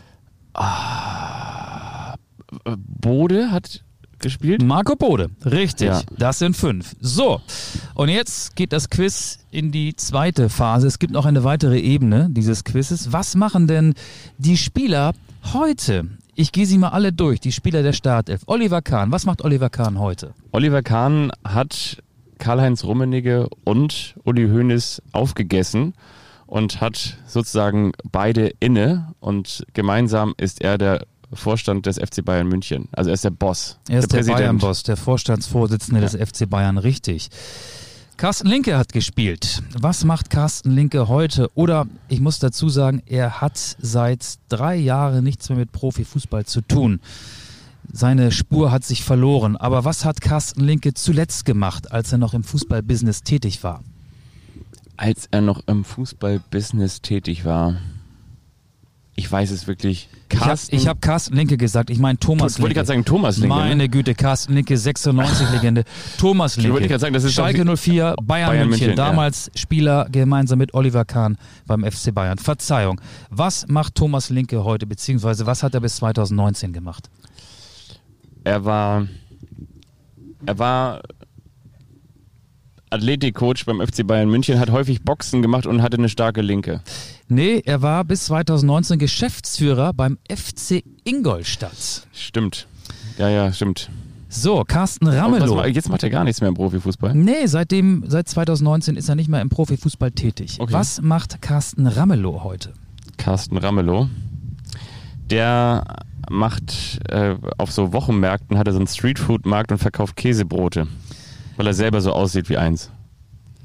Bode hat gespielt. Marco Bode. Richtig, Ja. das sind fünf. So, und jetzt geht das Quiz in die zweite Phase. Es gibt noch eine weitere Ebene dieses Quizzes. Was machen denn die Spieler heute? Ich gehe sie mal alle durch, die Spieler der Startelf. Oliver Kahn, was macht Oliver Kahn heute? Oliver Kahn hat Karl-Heinz Rummenigge und Uli Hoeneß aufgegessen und hat sozusagen beide inne und gemeinsam ist er der Vorstand des F C Bayern München. Also er ist der Boss. Er ist der, der, Präsident. Bayern-Boss, der Vorstandsvorsitzende des F C Bayern, richtig. Carsten Linke hat gespielt. Was macht Carsten Linke heute? Oder ich muss dazu sagen, er hat seit drei Jahren nichts mehr mit Profifußball zu tun. Seine Spur hat sich verloren. Aber was hat Carsten Linke zuletzt gemacht, als er noch im Fußballbusiness tätig war? Als er noch im Fußballbusiness tätig war. Ich weiß es wirklich. Carsten, Ich habe hab Carsten Linke gesagt, ich meine Thomas wollte ich Linke. gerade sagen, Thomas Linke. Meine ne? Güte, Carsten Linke, sechsundneunzig-Legende. Thomas Linke, wollte ich gerade sagen, das ist doch- Schalke null vier, Bayern, Bayern München, München, ja. damals Spieler gemeinsam mit Oliver Kahn beim F C Bayern. Verzeihung, was macht Thomas Linke heute, beziehungsweise was hat er bis zweitausendneunzehn gemacht? Er war, er war Athletikcoach beim F C Bayern München, hat häufig Boxen gemacht und hatte eine starke Linke. Nee, er war bis zweitausendneunzehn Geschäftsführer beim F C Ingolstadt. Stimmt. Ja, ja, stimmt. So, Carsten Aber was Ramelow. ma- jetzt macht er gar nichts mehr im Profifußball. Nee, seitdem, seit zweitausendneunzehn ist er nicht mehr im Profifußball tätig. Okay. Was macht Carsten Ramelow heute? Carsten Ramelow. Der macht äh, auf so Wochenmärkten, hat er so einen Streetfood-Markt und verkauft Käsebrote, weil er selber so aussieht wie eins.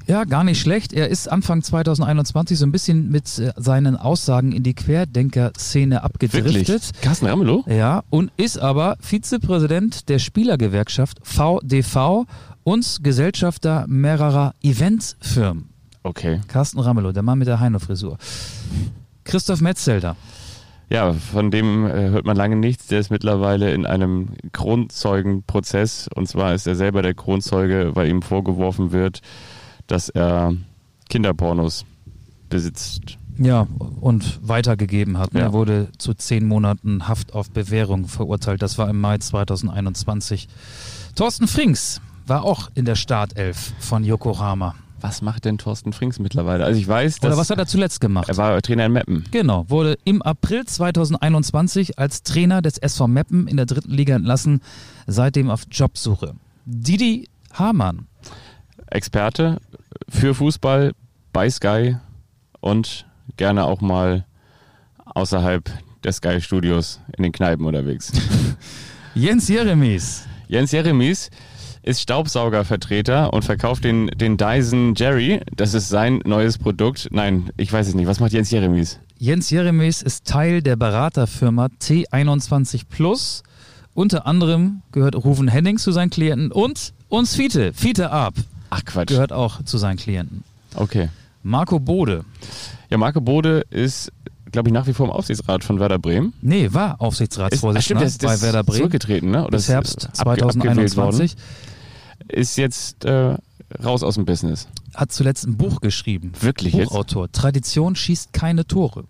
Ja, gar nicht schlecht. Er ist Anfang zwanzig einundzwanzig so ein bisschen mit äh, seinen Aussagen in die Querdenker-Szene abgedriftet. Wirklich? Carsten Ramelow? Ja, und ist aber Vizepräsident der Spielergewerkschaft V D V und Gesellschafter mehrerer Eventfirmen. Okay. Carsten Ramelow, der Mann mit der Heino-Frisur. Christoph Metzelder. Ja, von dem äh, hört man lange nichts. Der ist mittlerweile in einem Kronzeugenprozess. Und zwar ist er selber der Kronzeuge, weil ihm vorgeworfen wird, dass er Kinderpornos besitzt. Ja, und weitergegeben hat. Ja. Er wurde zu zehn Monaten Haft auf Bewährung verurteilt. Das war im Mai zwanzig einundzwanzig. Thorsten Frings war auch in der Startelf von Yokohama. Was macht denn Thorsten Frings mittlerweile? Also ich weiß, dass Oder was hat er zuletzt gemacht? er war Trainer in Meppen. Genau, wurde im April zwanzig einundzwanzig als Trainer des S V Meppen in der dritten Liga entlassen, seitdem auf Jobsuche. Didi Hamann. Experte für Fußball bei Sky und gerne auch mal außerhalb der Sky-Studios in den Kneipen unterwegs. Jens Jeremies. Jens Jeremies ist Staubsaugervertreter und verkauft den, den Dyson Jerry. Das ist sein neues Produkt. Nein, ich weiß es nicht. Was macht Jens Jeremies? Jens Jeremies ist Teil der Beraterfirma T einundzwanzig Plus. Unter anderem gehört Ruven Henning zu seinen Klienten und uns Fiete, Fiete Arp. Ach Quatsch. Gehört auch zu seinen Klienten. Okay. Marco Bode. Ja, Marco Bode ist, glaube ich, nach wie vor im Aufsichtsrat von Werder Bremen. Nee, war Aufsichtsratsvorsitzender Ist, ach, stimmt, der ist, bei Werder Bremen. Zurückgetreten, ne? Oder Bis ist Herbst abge- zwanzig einundzwanzig. Ist jetzt äh, raus aus dem Business. Hat zuletzt ein Buch geschrieben. Wirklich jetzt? Buchautor. Tradition schießt keine Tore.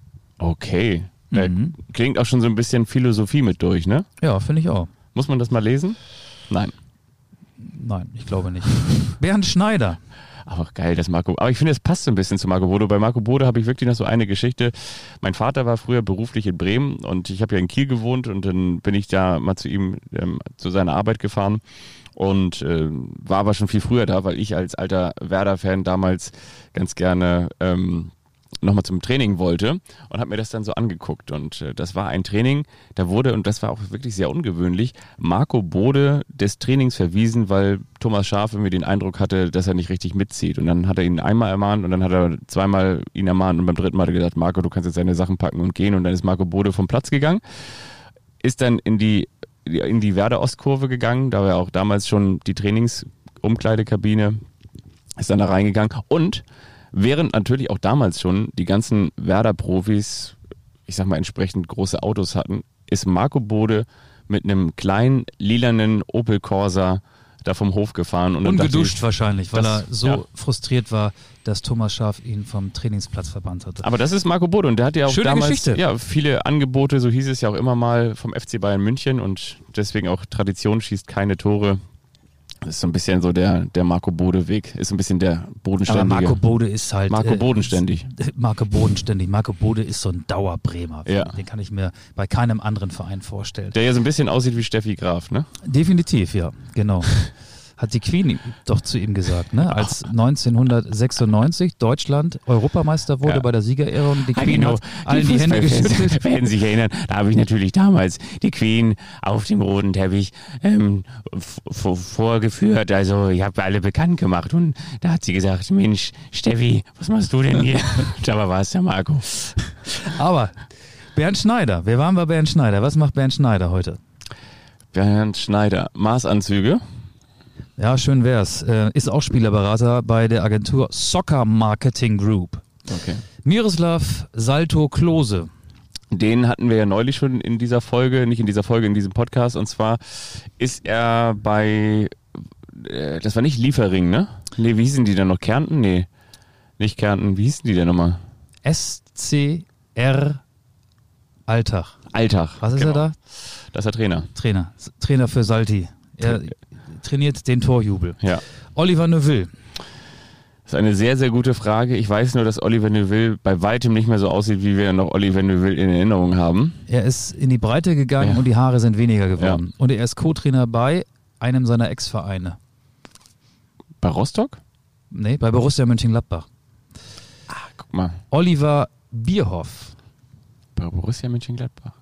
Okay. Da Mhm. klingt auch schon so ein bisschen Philosophie mit durch, ne? Ja, finde ich auch. Muss man das mal lesen? Nein. Nein, ich glaube nicht. Bernd Schneider. Aber geil, das Marco. Aber ich finde, es passt so ein bisschen zu Marco Bode. Bei Marco Bode habe ich wirklich noch so eine Geschichte. Mein Vater war früher beruflich in Bremen und ich habe ja in Kiel gewohnt und dann bin ich da mal zu ihm ähm, zu seiner Arbeit gefahren und äh, war aber schon viel früher da, weil ich als alter Werder-Fan damals ganz gerne ähm, nochmal zum Training wollte und habe mir das dann so angeguckt und äh, das war ein Training, da wurde, und das war auch wirklich sehr ungewöhnlich, Marco Bode des Trainings verwiesen, weil Thomas Schaaf irgendwie den Eindruck hatte, dass er nicht richtig mitzieht und dann hat er ihn einmal ermahnt und dann hat er zweimal ihn ermahnt und beim dritten Mal hat er gesagt, Marco, du kannst jetzt deine Sachen packen und gehen und dann ist Marco Bode vom Platz gegangen, ist dann in die in die Werder-Ostkurve gegangen, da war ja auch damals schon die Trainingsumkleidekabine, ist dann da reingegangen und während natürlich auch damals schon die ganzen Werder-Profis, ich sag mal, entsprechend große Autos hatten, ist Marco Bode mit einem kleinen lilanen Opel Corsa da vom Hof gefahren. Und dann dachte Ungeduscht ich, wahrscheinlich, weil das- er so ja. frustriert war, dass Thomas Schaaf ihn vom Trainingsplatz verbannt hatte. Aber das ist Marco Bode und der hat ja auch Schöne damals Geschichte. ja, viele Angebote, so hieß es ja auch immer mal, vom F C Bayern München und deswegen auch Tradition schießt keine Tore. Das ist so ein bisschen so der, der Marco Bode-Weg, ist so ein bisschen der Aber bodenständige. Marco Bode ist halt... Marco äh, bodenständig. ist- Marco Bodenständig. Marco Bode ist so ein Dauerbremer. Ja. Den kann ich mir bei keinem anderen Verein vorstellen. Der ja so ein bisschen aussieht wie Steffi Graf, ne? Definitiv, ja, genau. Hat die Queen doch zu ihm gesagt, ne? Als neunzehnhundertsechsundneunzig Deutschland Europameister wurde Ja. bei der Siegerehrung, die Ah, Queen genau. hat allen die Hände Fußballfans geschüttelt. werden sich erinnern, da habe ich natürlich damals die Queen auf dem roten Teppich ähm, f- f- vorgeführt. Also ich habe alle bekannt gemacht und da hat sie gesagt, Mensch, Steffi, was machst du denn hier? Dabei war es der Marco. Aber Bernd Schneider, wer waren wir Bernd Schneider? Was macht Bernd Schneider heute? Bernd Schneider, Maßanzüge. Ja, schön wär's. Äh, ist auch Spielerberater bei der Agentur Soccer Marketing Group. Okay. Miroslav Salto Klose. Den hatten wir ja neulich schon in dieser Folge, nicht in dieser Folge, in diesem Podcast. Und zwar ist er bei, äh, das war nicht Liefering, ne? Nee, wie hießen die denn noch? Kärnten? Nee, nicht Kärnten. Wie hießen die denn nochmal? S C R Alltag. Alltag. Was ist genau. er da? Das ist der Trainer. Trainer. S- Trainer für Salti. Er trainiert den Torjubel. Ja. Oliver Neuville. Das ist eine sehr, sehr gute Frage. Ich weiß nur, dass Oliver Neuville bei weitem nicht mehr so aussieht, wie wir noch Oliver Neuville in Erinnerung haben. Er ist in die Breite gegangen Ja. und die Haare sind weniger geworden. Ja. Und er ist Co-Trainer bei einem seiner Ex-Vereine. Bei Rostock? Nee, bei Borussia Mönchengladbach. Guck mal, Oliver Bierhoff. bei Borussia Mönchengladbach.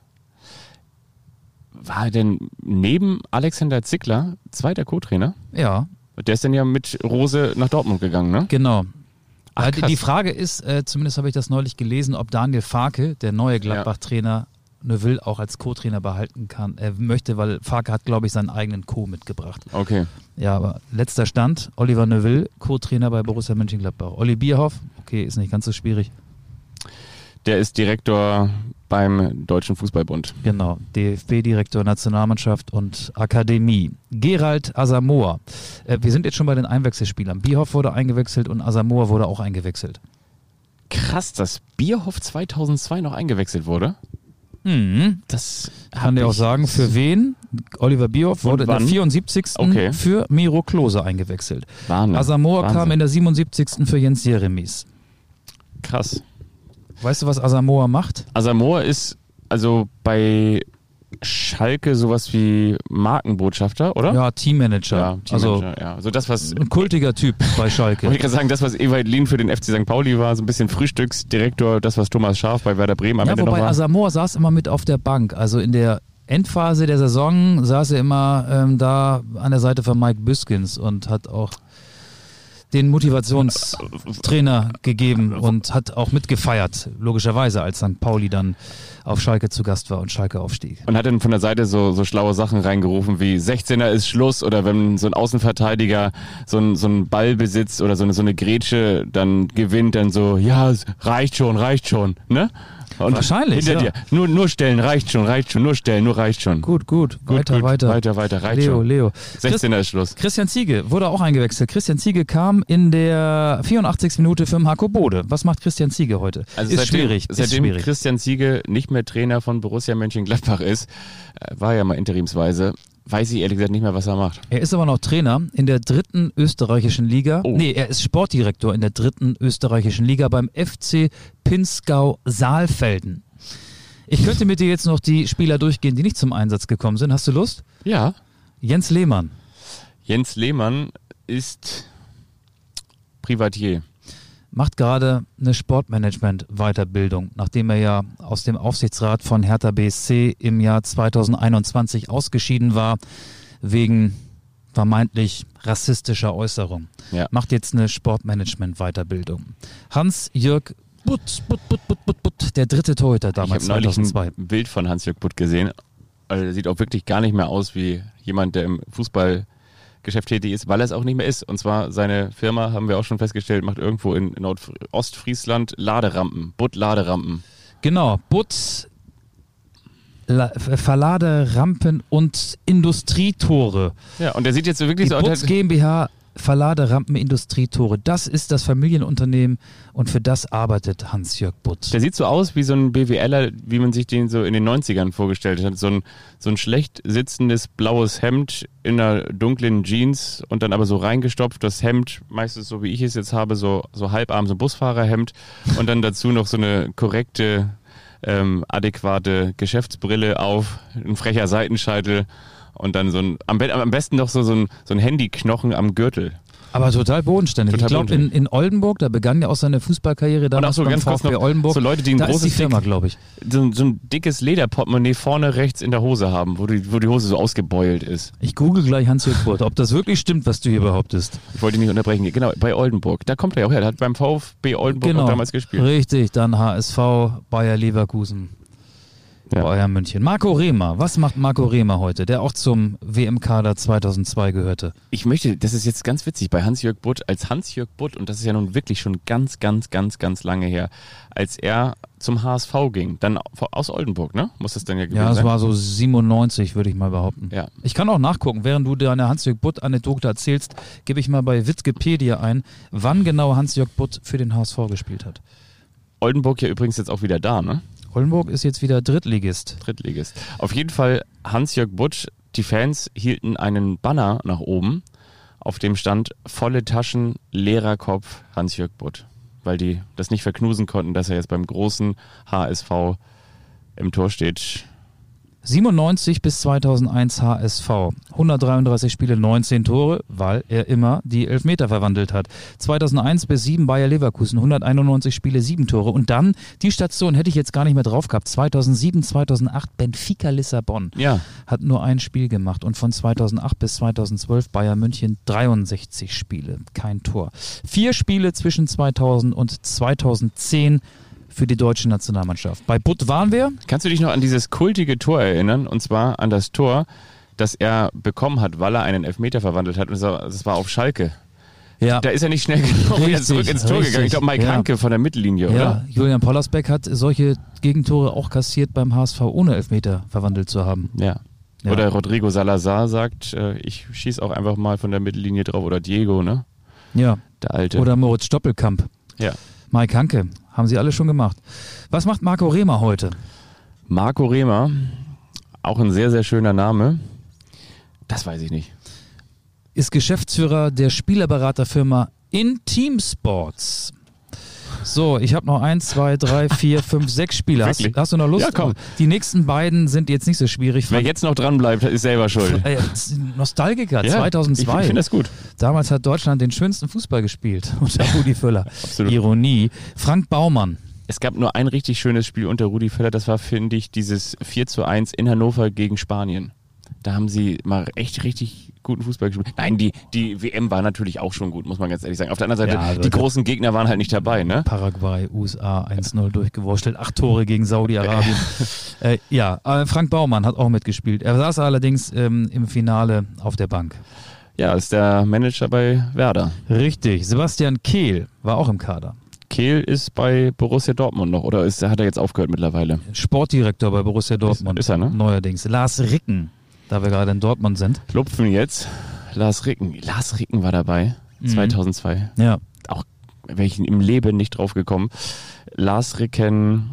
War er denn neben Alexander Zickler zweiter Co-Trainer? Ja, Der ist dann ja mit Rose nach Dortmund gegangen, ne? Genau. Ach, Äh, die- krass. die Frage ist, äh, zumindest habe ich das neulich gelesen, ob Daniel Farke, der neue Gladbach-Trainer, Neuville auch als Co-Trainer behalten kann. Er möchte, weil Farke hat, glaube ich, seinen eigenen Co. mitgebracht. Okay. Ja, aber letzter Stand, Oliver Neuville, Co-Trainer bei Borussia Mönchengladbach. Olli Bierhoff, okay, ist nicht ganz so schwierig. Der ist Direktor beim Deutschen Fußballbund. Genau, D F B-Direktor, Nationalmannschaft und Akademie. Gerald Asamoah. Äh, wir sind jetzt schon bei den Einwechselspielern. Bierhoff wurde eingewechselt und Asamoah wurde auch eingewechselt. Krass, dass Bierhoff zweitausendzwei noch eingewechselt wurde. Mhm. Das Kann dir auch sagen, für wen? Oliver Bierhoff Und wurde in der wann? vierundsiebzigsten Okay. für Miro Klose eingewechselt. Wahnsinn. Asamoah Wahnsinn. kam in der siebenundsiebzigsten für Jens Jeremies. Krass. Weißt du, was Asamoah macht? Asamoah ist also bei Schalke sowas wie Markenbotschafter, oder? Ja, Teammanager. Ja, also Teammanager, ja. Also das, was, ein kultiger Typ bei Schalke. wollte ich gerade sagen, das, was Ewald Lien für den F C Sankt Pauli war, so ein bisschen Frühstücksdirektor, das, was Thomas Schaaf bei Werder Bremen am Ja, Ende noch wobei war. Asamoah saß immer mit auf der Bank. Also in der Endphase der Saison saß er immer ähm, da an der Seite von Mike Büskens und hat auch den Motivationstrainer gegeben und hat auch mitgefeiert, logischerweise, als Sankt Pauli dann auf Schalke zu Gast war und Schalke aufstieg. Und hat dann von der Seite so, so schlaue Sachen reingerufen wie sechzehner ist Schluss oder wenn so ein Außenverteidiger so ein, so ein Ball besitzt oder so eine, so eine Grätsche dann gewinnt, dann so, ja, es reicht schon, reicht schon, ne? Und Wahrscheinlich, hinter ja. dir, nur, nur stellen, reicht schon, reicht schon, nur stellen, nur reicht schon. Gut, gut, Gut, weiter, gut, weiter. weiter, weiter, reicht Leo, schon. Leo. sechzehner ist Schluss. Christian Ziege wurde auch eingewechselt. Christian Ziege kam in der vierundachtzigsten Minute für Marco Bode. Was macht Christian Ziege heute? Also ist seitdem, schwierig. ist Seitdem schwierig. Christian Ziege nicht mehr Trainer von Borussia Mönchengladbach ist, äh, war ja mal interimsweise, weiß ich ehrlich gesagt nicht mehr, was er macht. Er ist aber noch Trainer in der dritten österreichischen Liga. Oh. Nee, er ist Sportdirektor in der dritten österreichischen Liga beim F C Pinzgau Saalfelden. Ich könnte mit dir jetzt noch die Spieler durchgehen, die nicht zum Einsatz gekommen sind. Hast du Lust? Ja. Jens Lehmann. Jens Lehmann ist Privatier. Macht gerade eine Sportmanagement-Weiterbildung, nachdem er ja aus dem Aufsichtsrat von Hertha B S C im Jahr zweitausendeinundzwanzig ausgeschieden war, wegen vermeintlich rassistischer Äußerung. Ja. Macht jetzt eine Sportmanagement-Weiterbildung. Hans-Jörg Butt, Butt, Butt, Butt, Butt, Butt, der dritte Torhüter Ich damals, habe neulich zweitausendzwei. ein Bild von Hans-Jörg Butt gesehen. Also der sieht auch wirklich gar nicht mehr aus wie jemand, der im Fußballgeschäft tätig ist, weil er es auch nicht mehr ist. Und zwar seine Firma, haben wir auch schon festgestellt, macht irgendwo in Nordostfriesland Laderampen, Butt Laderampen. Genau, Butt, La- Verladerampen und Industrietore. Ja, und der sieht jetzt so wirklich Die so Butz GmbH Verladerampen Industrietore. Das ist das Familienunternehmen und für das arbeitet Hans-Jörg Butt. Der sieht so aus wie so ein BWLer, wie man sich den so in den neunzigern vorgestellt hat. So ein, so ein schlecht sitzendes blaues Hemd in einer dunklen Jeans und dann aber so reingestopft. Das Hemd, meistens so wie ich es jetzt habe, so, so halbarm, so ein Busfahrerhemd und dann dazu noch so eine korrekte, ähm, adäquate Geschäftsbrille auf, ein frecher Seitenscheitel und dann so ein, am, be am besten noch so, so ein, so ein Handyknochen am Gürtel. Aber total bodenständig. Total ich glaube, in, in Oldenburg, da begann ja auch seine Fußballkarriere Und auch damals so beim ganz kurz VfB noch, Oldenburg. so Leute, die ein da ist großes die Firma, Dick- glaube ich. So, so ein dickes Lederportemonnaie vorne rechts in der Hose haben, wo die, wo die Hose so ausgebeult ist. Ich google gleich Hans-Jörg Butt, ob das wirklich stimmt, was du hier behauptest. Ich wollte dich nicht unterbrechen. Genau, bei Oldenburg. Da kommt er ja auch her. Der hat beim VfB Oldenburg auch damals gespielt. Richtig, dann H S V, Bayer Leverkusen, Ja. Bayern München. Marco Rehmer, was macht Marco Rehmer heute, der auch zum W M-Kader zweitausendzwei gehörte? Ich möchte, das ist jetzt ganz witzig, bei Hans-Jörg Butt, als Hans-Jörg Butt, und das ist ja nun wirklich schon ganz, ganz, ganz, ganz lange her, als er zum H S V ging, dann aus Oldenburg, ne? Muss das dann ja gewesen Ja, es sein? war so siebenundneunzig, würde ich mal behaupten. Ja. Ich kann auch nachgucken, während du deine Hans-Jörg Butt-Anekdote erzählst, gebe ich mal bei Wikipedia ein, wann genau Hans-Jörg Butt für den H S V gespielt hat. Oldenburg ja übrigens jetzt auch wieder da, ne? Oldenburg ist jetzt wieder Drittligist. Drittligist. Auf jeden Fall Hans-Jörg Butt, die Fans hielten einen Banner nach oben, auf dem stand volle Taschen, leerer Kopf, Hans-Jörg Butt. Weil die das nicht verknusen konnten, dass er jetzt beim großen H S V im Tor steht. siebenundneunzig bis zweitausendeins H S V, hundertdreiunddreißig Spiele, neunzehn Tore, weil er immer die Elfmeter verwandelt hat. zweitausendeins bis sieben Bayer Leverkusen, hunderteinundneunzig Spiele, sieben Tore. Und dann, die Station hätte ich jetzt gar nicht mehr drauf gehabt, zweitausendsieben, zweitausendacht Benfica Lissabon. Ja. Hat nur ein Spiel gemacht und von zweitausendacht bis zweitausendzwölf Bayern München dreiundsechzig Spiele, kein Tor. Vier Spiele zwischen zweitausend und zweitausendzehn für die deutsche Nationalmannschaft. Bei Butt waren wir. Kannst du dich noch an dieses kultige Tor erinnern? Und zwar an das Tor, das er bekommen hat, weil er einen Elfmeter verwandelt hat. Und das war auf Schalke. Ja. Da ist er nicht schnell genug Richtig, wieder zurück ins Tor richtig. gegangen. Ich glaube, Mike Ja. Hanke von der Mittellinie, Ja, oder? Julian Pollersbeck hat solche Gegentore auch kassiert beim H S V, ohne Elfmeter verwandelt zu haben. Ja. Ja. Oder Rodrigo Salazar sagt, äh, ich schieße auch einfach mal von der Mittellinie drauf. Oder Diego, ne? Ja. Der Alte. Oder Moritz Stoppelkamp. ja. Mike Hanke. Haben sie alle schon gemacht. Was macht Marco Rehmer heute? Marco Rehmer, auch ein sehr, sehr schöner Name. Das weiß ich nicht. Ist Geschäftsführer der Spielerberaterfirma Inteam Sports. So, ich habe noch eins, zwei, drei, vier, fünf, sechs Spiele. Hast, Wirklich? hast du noch Lust? Ja, komm. Die nächsten beiden sind jetzt nicht so schwierig. Wer jetzt noch dran bleibt, ist selber schuld. Äh, Nostalgiker, Ja, zweitausendzwei. Ich finde das gut. Damals hat Deutschland den schönsten Fußball gespielt unter Rudi Völler. Absolut. Ironie. Frank Baumann. Es gab nur ein richtig schönes Spiel unter Rudi Völler, das war, finde ich, dieses vier zu eins in Hannover gegen Spanien. Da haben sie mal echt richtig guten Fußball gespielt. Nein, die, die W M war natürlich auch schon gut, muss man ganz ehrlich sagen. Auf der anderen Seite, Ja, also die großen Gegner waren halt nicht dabei, ne? Paraguay, U S A eins null durchgewurschtelt, acht Tore gegen Saudi-Arabien. äh, ja, äh, Frank Baumann hat auch mitgespielt. Er saß allerdings ähm, im Finale auf der Bank. Ja, ist der Manager bei Werder. Richtig. Sebastian Kehl war auch im Kader. Kehl ist bei Borussia Dortmund noch, oder ist, hat er jetzt aufgehört mittlerweile? Sportdirektor bei Borussia Dortmund. Ist- ist er, ne? Neuerdings. Lars Ricken, da wir gerade in Dortmund sind. Lupfen jetzt. Lars Ricken. Lars Ricken war dabei. Mhm. zweitausendzwei. Ja. Auch wäre ich im Leben nicht drauf gekommen. Lars Ricken,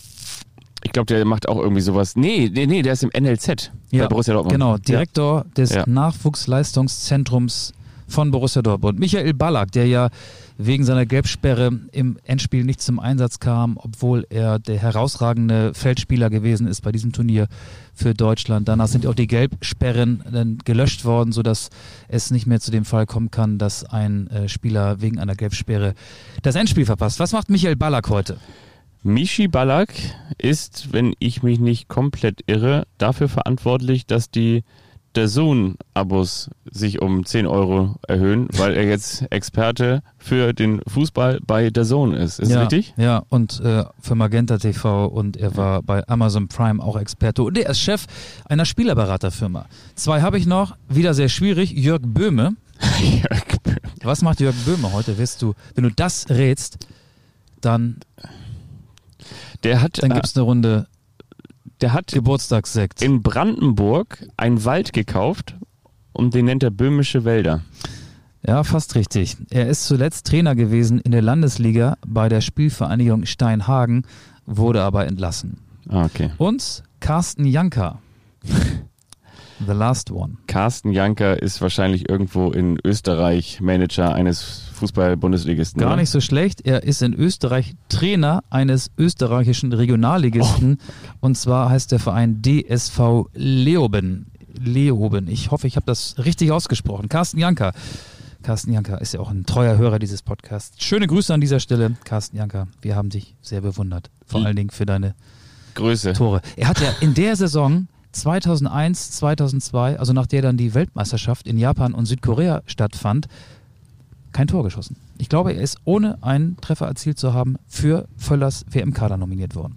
ich glaube, der macht auch irgendwie sowas. Nee, nee, nee, der ist im N L Z Ja, bei Borussia Dortmund. genau, Direktor des Ja. Nachwuchsleistungszentrums von Borussia Dortmund. Michael Ballack, der ja wegen seiner Gelbsperre im Endspiel nicht zum Einsatz kam, obwohl er der herausragende Feldspieler gewesen ist bei diesem Turnier für Deutschland. Danach sind auch die Gelbsperren dann gelöscht worden, sodass es nicht mehr zu dem Fall kommen kann, dass ein äh, Spieler wegen einer Gelbsperre das Endspiel verpasst. Was macht Michael Ballack heute? Michi Ballack ist, wenn ich mich nicht komplett irre, dafür verantwortlich, dass die D A Z N-Abos sich um zehn Euro erhöhen, weil er jetzt Experte für den Fußball bei D A Z N ist. Ist ja, das richtig? Ja, und äh, für Magenta T V und er war bei Amazon Prime auch Experte und er ist Chef einer Spielerberaterfirma. Zwei habe ich noch, wieder sehr schwierig, Jörg Böhme. Jörg Böhme. Was macht Jörg Böhme heute? Wirst du, wenn du das rätst, dann, Der hat, dann äh, gibt es eine Runde der hat Geburtstagssekt. in Brandenburg einen Wald gekauft und den nennt er Böhmische Wälder. Ja, fast richtig. Er ist zuletzt Trainer gewesen in der Landesliga bei der Spielvereinigung Steinhagen, wurde aber entlassen. Ah, okay. Und Carsten Janka. The last one. Carsten Janka ist wahrscheinlich irgendwo in Österreich Manager eines Fußball-Bundesligisten. Gar oder? nicht so schlecht. Er ist in Österreich Trainer eines österreichischen Regionalligisten. Und zwar heißt der Verein D S V Leoben. Leoben. Ich hoffe, ich habe das richtig ausgesprochen. Carsten Janka. Carsten Janka ist ja auch ein treuer Hörer dieses Podcasts. Schöne Grüße an dieser Stelle, Carsten Janka. Wir haben dich sehr bewundert. Vor Mhm. allen Dingen für deine Größe. Tore. Er hat ja in der Saison zweitausendeins, zweitausendzwei, also nach der dann die Weltmeisterschaft in Japan und Südkorea stattfand, kein Tor geschossen. Ich glaube, er ist ohne einen Treffer erzielt zu haben für Völlers W M-Kader nominiert worden.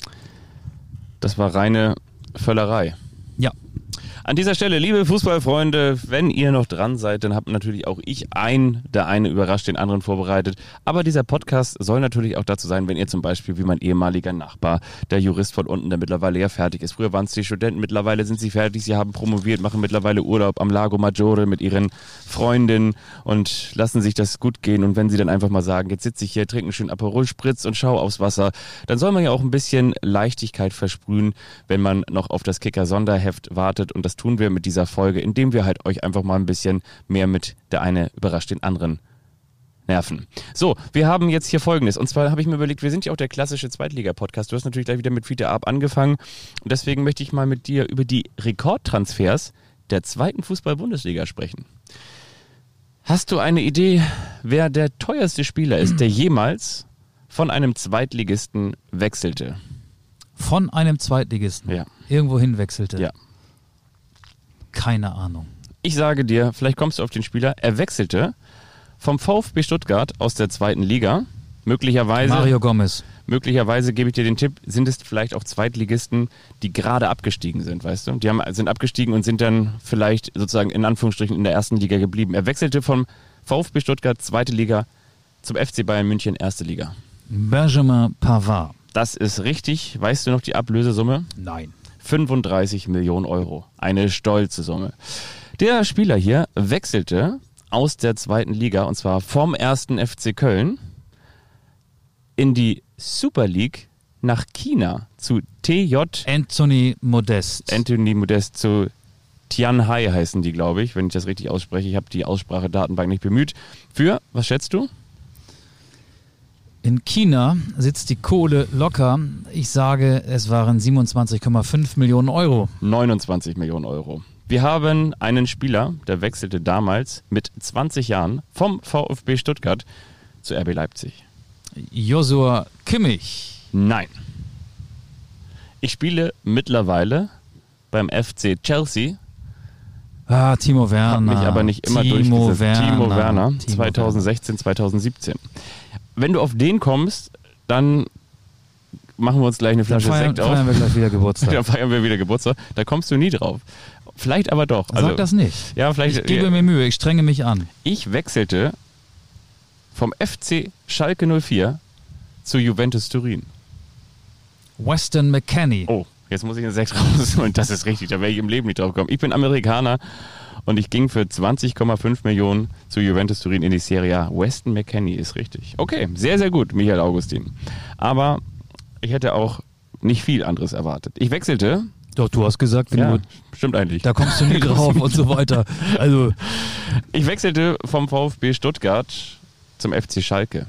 Das war reine Völlerei. Ja. An dieser Stelle, liebe Fußballfreunde, wenn ihr noch dran seid, dann habt natürlich auch ich ein, der eine überrascht den anderen vorbereitet. Aber dieser Podcast soll natürlich auch dazu sein, wenn ihr zum Beispiel wie mein ehemaliger Nachbar, der Jurist von unten, der mittlerweile ja fertig ist. Früher waren es die Studenten, mittlerweile sind sie fertig, sie haben promoviert, machen mittlerweile Urlaub am Lago Maggiore mit ihren Freundinnen und lassen sich das gut gehen. Und wenn sie dann einfach mal sagen, jetzt sitze ich hier, trinke einen schönen Aperol Spritz und schau aufs Wasser, dann soll man ja auch ein bisschen Leichtigkeit versprühen, wenn man noch auf das Kicker-Sonderheft wartet. Und das tun wir mit dieser Folge, indem wir halt euch einfach mal ein bisschen mehr mit der eine überrascht den anderen nerven. So, wir haben jetzt hier Folgendes. Und zwar habe ich mir überlegt, wir sind ja auch der klassische Zweitliga-Podcast. Du hast natürlich gleich wieder mit Fiete Arp angefangen. Und deswegen möchte ich mal mit dir über die Rekordtransfers der zweiten Fußball-Bundesliga sprechen. Hast du eine Idee, wer der teuerste Spieler ist, der jemals von einem Zweitligisten wechselte? Von einem Zweitligisten Ja. irgendwo hinwechselte? Ja. Keine Ahnung. Ich sage dir, vielleicht kommst du auf den Spieler. Er wechselte vom VfB Stuttgart aus der zweiten Liga. Möglicherweise, Mario Gomez. möglicherweise gebe ich dir den Tipp, sind es vielleicht auch Zweitligisten, die gerade abgestiegen sind, weißt du? Die haben, sind abgestiegen und sind dann vielleicht sozusagen in Anführungsstrichen in der ersten Liga geblieben. Er wechselte vom VfB Stuttgart, zweite Liga, zum F C Bayern München, erste Liga. Benjamin Pavard. Das ist richtig. Weißt du noch die Ablösesumme? Nein. fünfunddreißig Millionen Euro. Eine stolze Summe. Der Spieler hier wechselte aus der zweiten Liga, und zwar vom ersten F C Köln in die Super League nach China zu T J Anthony Modest. Anthony Modest, zu Tianhai heißen die, glaube ich, wenn ich das richtig ausspreche. Ich habe die Aussprache-Datenbank nicht bemüht. Für, was schätzt du? In China sitzt die Kohle locker. Ich sage, es waren siebenundzwanzig Komma fünf Millionen Euro. neunundzwanzig Millionen Euro. Wir haben einen Spieler, der wechselte damals mit zwanzig Jahren vom VfB Stuttgart zu R B Leipzig. Joshua Kimmich. Nein. Ich spiele mittlerweile beim F C Chelsea, Ah, Timo Werner. habe mich aber nicht immer Timo durchgesetzt. Werner. Timo Werner, Timo zweitausendsechzehn, zweitausendsiebzehn. Wenn du auf den kommst, dann machen wir uns gleich eine Dann Flasche feiern, Sekt auf. feiern wir gleich wieder Geburtstag. Dann feiern wir wieder Geburtstag. Da kommst du nie drauf. Vielleicht aber doch. Sag das nicht. Ja, vielleicht. Ich gebe mir Mühe, ich strenge mich an. Ich wechselte vom F C Schalke null vier zu Juventus Turin. Weston McKennie. Oh, jetzt muss ich einen Sekt rausholen. Das ist richtig, da wäre ich im Leben nicht drauf gekommen. Ich bin Amerikaner und ich ging für zwanzig Komma fünf Millionen zu Juventus Turin in die Serie A. Weston McKennie ist richtig. Okay, sehr, sehr gut, Michael Augustin. Aber ich hätte auch nicht viel anderes erwartet. Ich wechselte. Doch, du hast gesagt, wenn Ja, du, stimmt eigentlich. da kommst du nie drauf und so weiter. Also, Ich wechselte vom VfB Stuttgart zum F C Schalke.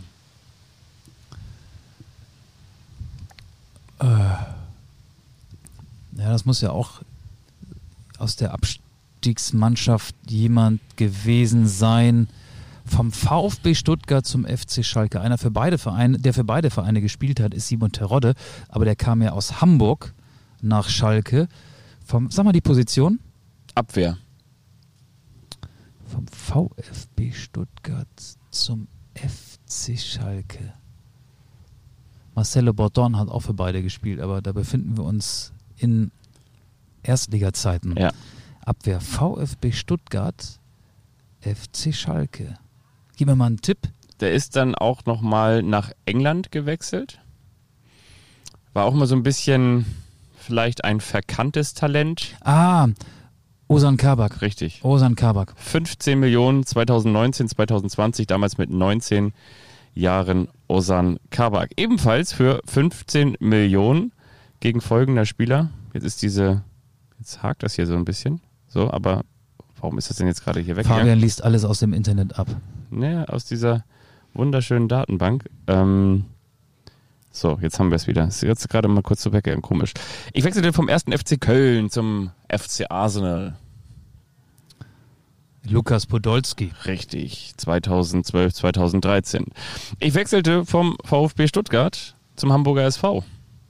ja, das muss ja auch aus der Abstiegsmannschaft jemand gewesen sein. Vom VfB Stuttgart zum F C Schalke. Einer für beide Vereine, der für beide Vereine gespielt hat, ist Simon Terodde, aber der kam ja aus Hamburg nach Schalke. Vom, sag mal die Position. Abwehr. Vom VfB Stuttgart zum F C Schalke. Marcelo Bordon hat auch für beide gespielt, aber da befinden wir uns in Erstliga-Zeiten. Ja. Abwehr VfB Stuttgart, F C Schalke. Gib mir mal einen Tipp. Der ist dann auch nochmal nach England gewechselt. War auch mal so ein bisschen vielleicht ein verkanntes Talent. Ah, Ozan Kabak. Richtig. Ozan Kabak. fünfzehn Millionen zweitausendneunzehn, zweitausendzwanzig, damals mit neunzehn Jahren Ozan Kabak. Ebenfalls für fünfzehn Millionen gegen folgender Spieler. Jetzt ist diese, jetzt hakt das hier so ein bisschen. So, aber warum ist das denn jetzt gerade hier weg? Fabian liest alles aus dem Internet ab. Ne, aus dieser wunderschönen Datenbank. Ähm, so, jetzt haben wir es wieder. Ist jetzt gerade mal kurz zu weggegangen, komisch. Ich wechselte vom ersten F C Köln zum F C Arsenal. Lukas Podolski. Richtig, zweitausendzwölf, zweitausenddreizehn. Ich wechselte vom VfB Stuttgart zum Hamburger S V.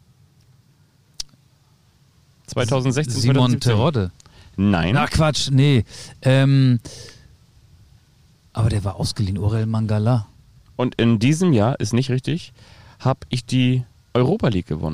zweitausendsechzehn, Simon zweitausendsiebzehn. Terodde. Nein. Na Quatsch, nee. Ähm, aber der war ausgeliehen, Aurel Mangala. Und in diesem Jahr, ist nicht richtig, habe ich die Europa League gewonnen.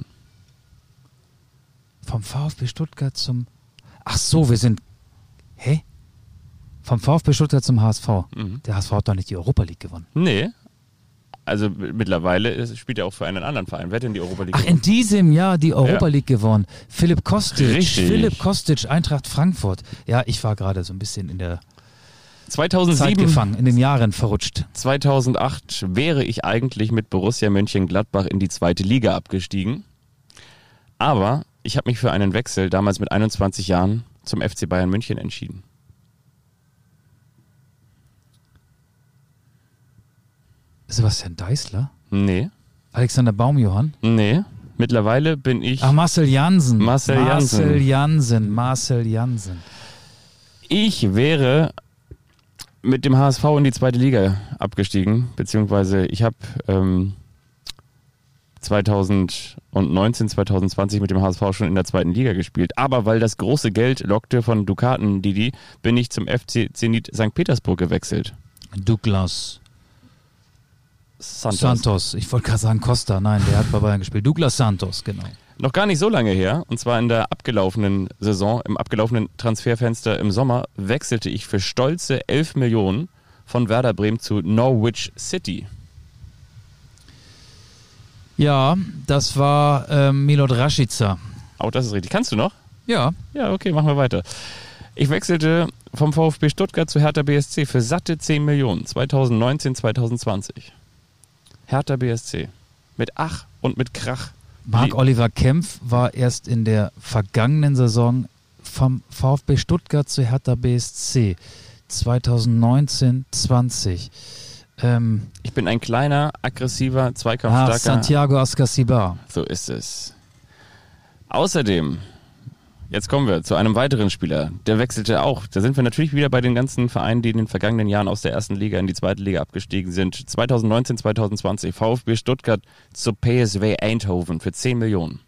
Vom VfB Stuttgart zum... Ach so, wir sind... Hä? Vom VfB Stuttgart zum H S V. Mhm. Der H S V hat doch nicht die Europa League gewonnen. Nee. Also m- mittlerweile ist, spielt er auch für einen anderen Verein. Wer hat denn die Europa League Ach, in gewonnen? diesem Jahr die Europa Ja. League gewonnen. Philipp Kostic. Richtig. Philipp Kostic, Eintracht Frankfurt. Ja, ich war gerade so ein bisschen in der Zeit zweitausendsieben, gefangen, in den Jahren verrutscht. zweitausendacht wäre ich eigentlich mit Borussia Mönchengladbach in die zweite Liga abgestiegen. Aber ich habe mich für einen Wechsel damals mit einundzwanzig Jahren zum F C Bayern München entschieden. Sebastian Deißler? Nee. Alexander Baumjohann? Nee. Mittlerweile bin ich... Ach, Marcel Jansen. Marcel Jansen. Marcel Jansen. Marcel Jansen. Ich wäre mit dem H S V in die zweite Liga abgestiegen, beziehungsweise ich habe ähm, zweitausendneunzehn, zweitausendzwanzig mit dem H S V schon in der zweiten Liga gespielt. Aber weil das große Geld lockte von Dukaten Didi, bin ich zum F C Zenit Sankt Petersburg gewechselt. Douglas Santos. Santos. Ich wollte gerade sagen Costa. Nein, der hat bei Bayern gespielt. Douglas Santos, genau. Noch gar nicht so lange her, und zwar in der abgelaufenen Saison, im abgelaufenen Transferfenster im Sommer, wechselte ich für stolze elf Millionen von Werder Bremen zu Norwich City. Ja, das war ähm, Milot Rashica. Auch das ist richtig. Kannst du noch? Ja. Ja, okay, machen wir weiter. Ich wechselte vom VfB Stuttgart zu Hertha B S C für satte zehn Millionen, zweitausendneunzehn, zweitausendzwanzig. Hertha B S C. Mit Ach und mit Krach. Marc-Oliver Kempf war erst in der vergangenen Saison vom VfB Stuttgart zu Hertha B S C zweitausendneunzehn zwanzig. Ähm, ich bin ein kleiner, aggressiver, ah, zweikampfstarker... Santiago Ascasibar. So ist es. Außerdem, jetzt kommen wir zu einem weiteren Spieler, der wechselte auch. Da sind wir natürlich wieder bei den ganzen Vereinen, die in den vergangenen Jahren aus der ersten Liga in die zweite Liga abgestiegen sind. zweitausendneunzehn, zweitausendzwanzig VfB Stuttgart zu P S V Eindhoven für zehn Millionen.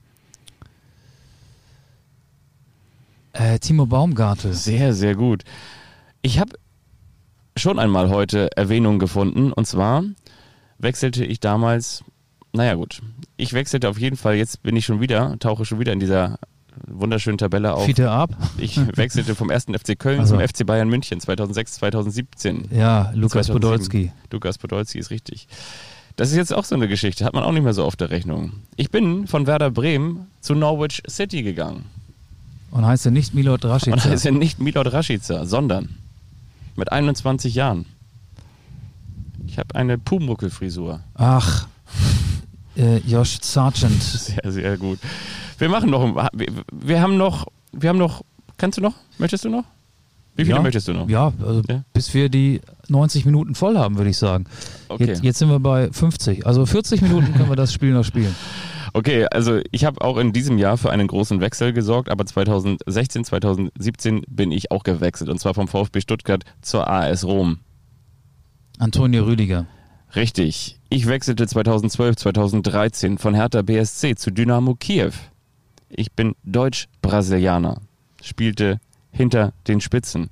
Äh, Timo Baumgartel. Sehr, sehr gut. Ich habe schon einmal heute Erwähnung gefunden, und zwar wechselte ich damals, naja gut, ich wechselte auf jeden Fall, jetzt bin ich schon wieder, tauche schon wieder in dieser wunderschönen Tabelle auf. Fiete ab. Ich wechselte vom ersten F C Köln also. zum F C Bayern München zweitausendsechs, zweitausendsiebzehn. Ja, Lukas zweitausendsieben. Podolski. Lukas Podolski ist richtig. Das ist jetzt auch so eine Geschichte, hat man auch nicht mehr so auf der Rechnung. Ich bin von Werder Bremen zu Norwich City gegangen. Und heißt er nicht Milot Rashica? Und heißt er nicht Milot Rashica, sondern mit einundzwanzig Jahren. Ich habe eine Pumuckl-Frisur. Ach, äh, Josh Sargent. Sehr, sehr gut. Wir machen noch, wir, wir haben noch, wir haben noch, kannst du noch? Möchtest du noch? Wie viele ja, möchtest du noch? Ja, also ja, bis wir die neunzig Minuten voll haben, würde ich sagen. Okay. Jetzt, jetzt sind wir bei fünfzig. Also vierzig Minuten können wir das Spiel noch spielen. Okay, also ich habe auch in diesem Jahr für einen großen Wechsel gesorgt, aber zweitausendsechzehn, zweitausendsiebzehn bin ich auch gewechselt, und zwar vom VfB Stuttgart zur A S Rom. Antonio Rüdiger. Richtig. Ich wechselte zweitausendzwölf, zweitausenddreizehn von Hertha B S C zu Dynamo Kiew. Ich bin Deutsch-Brasilianer, spielte hinter den Spitzen.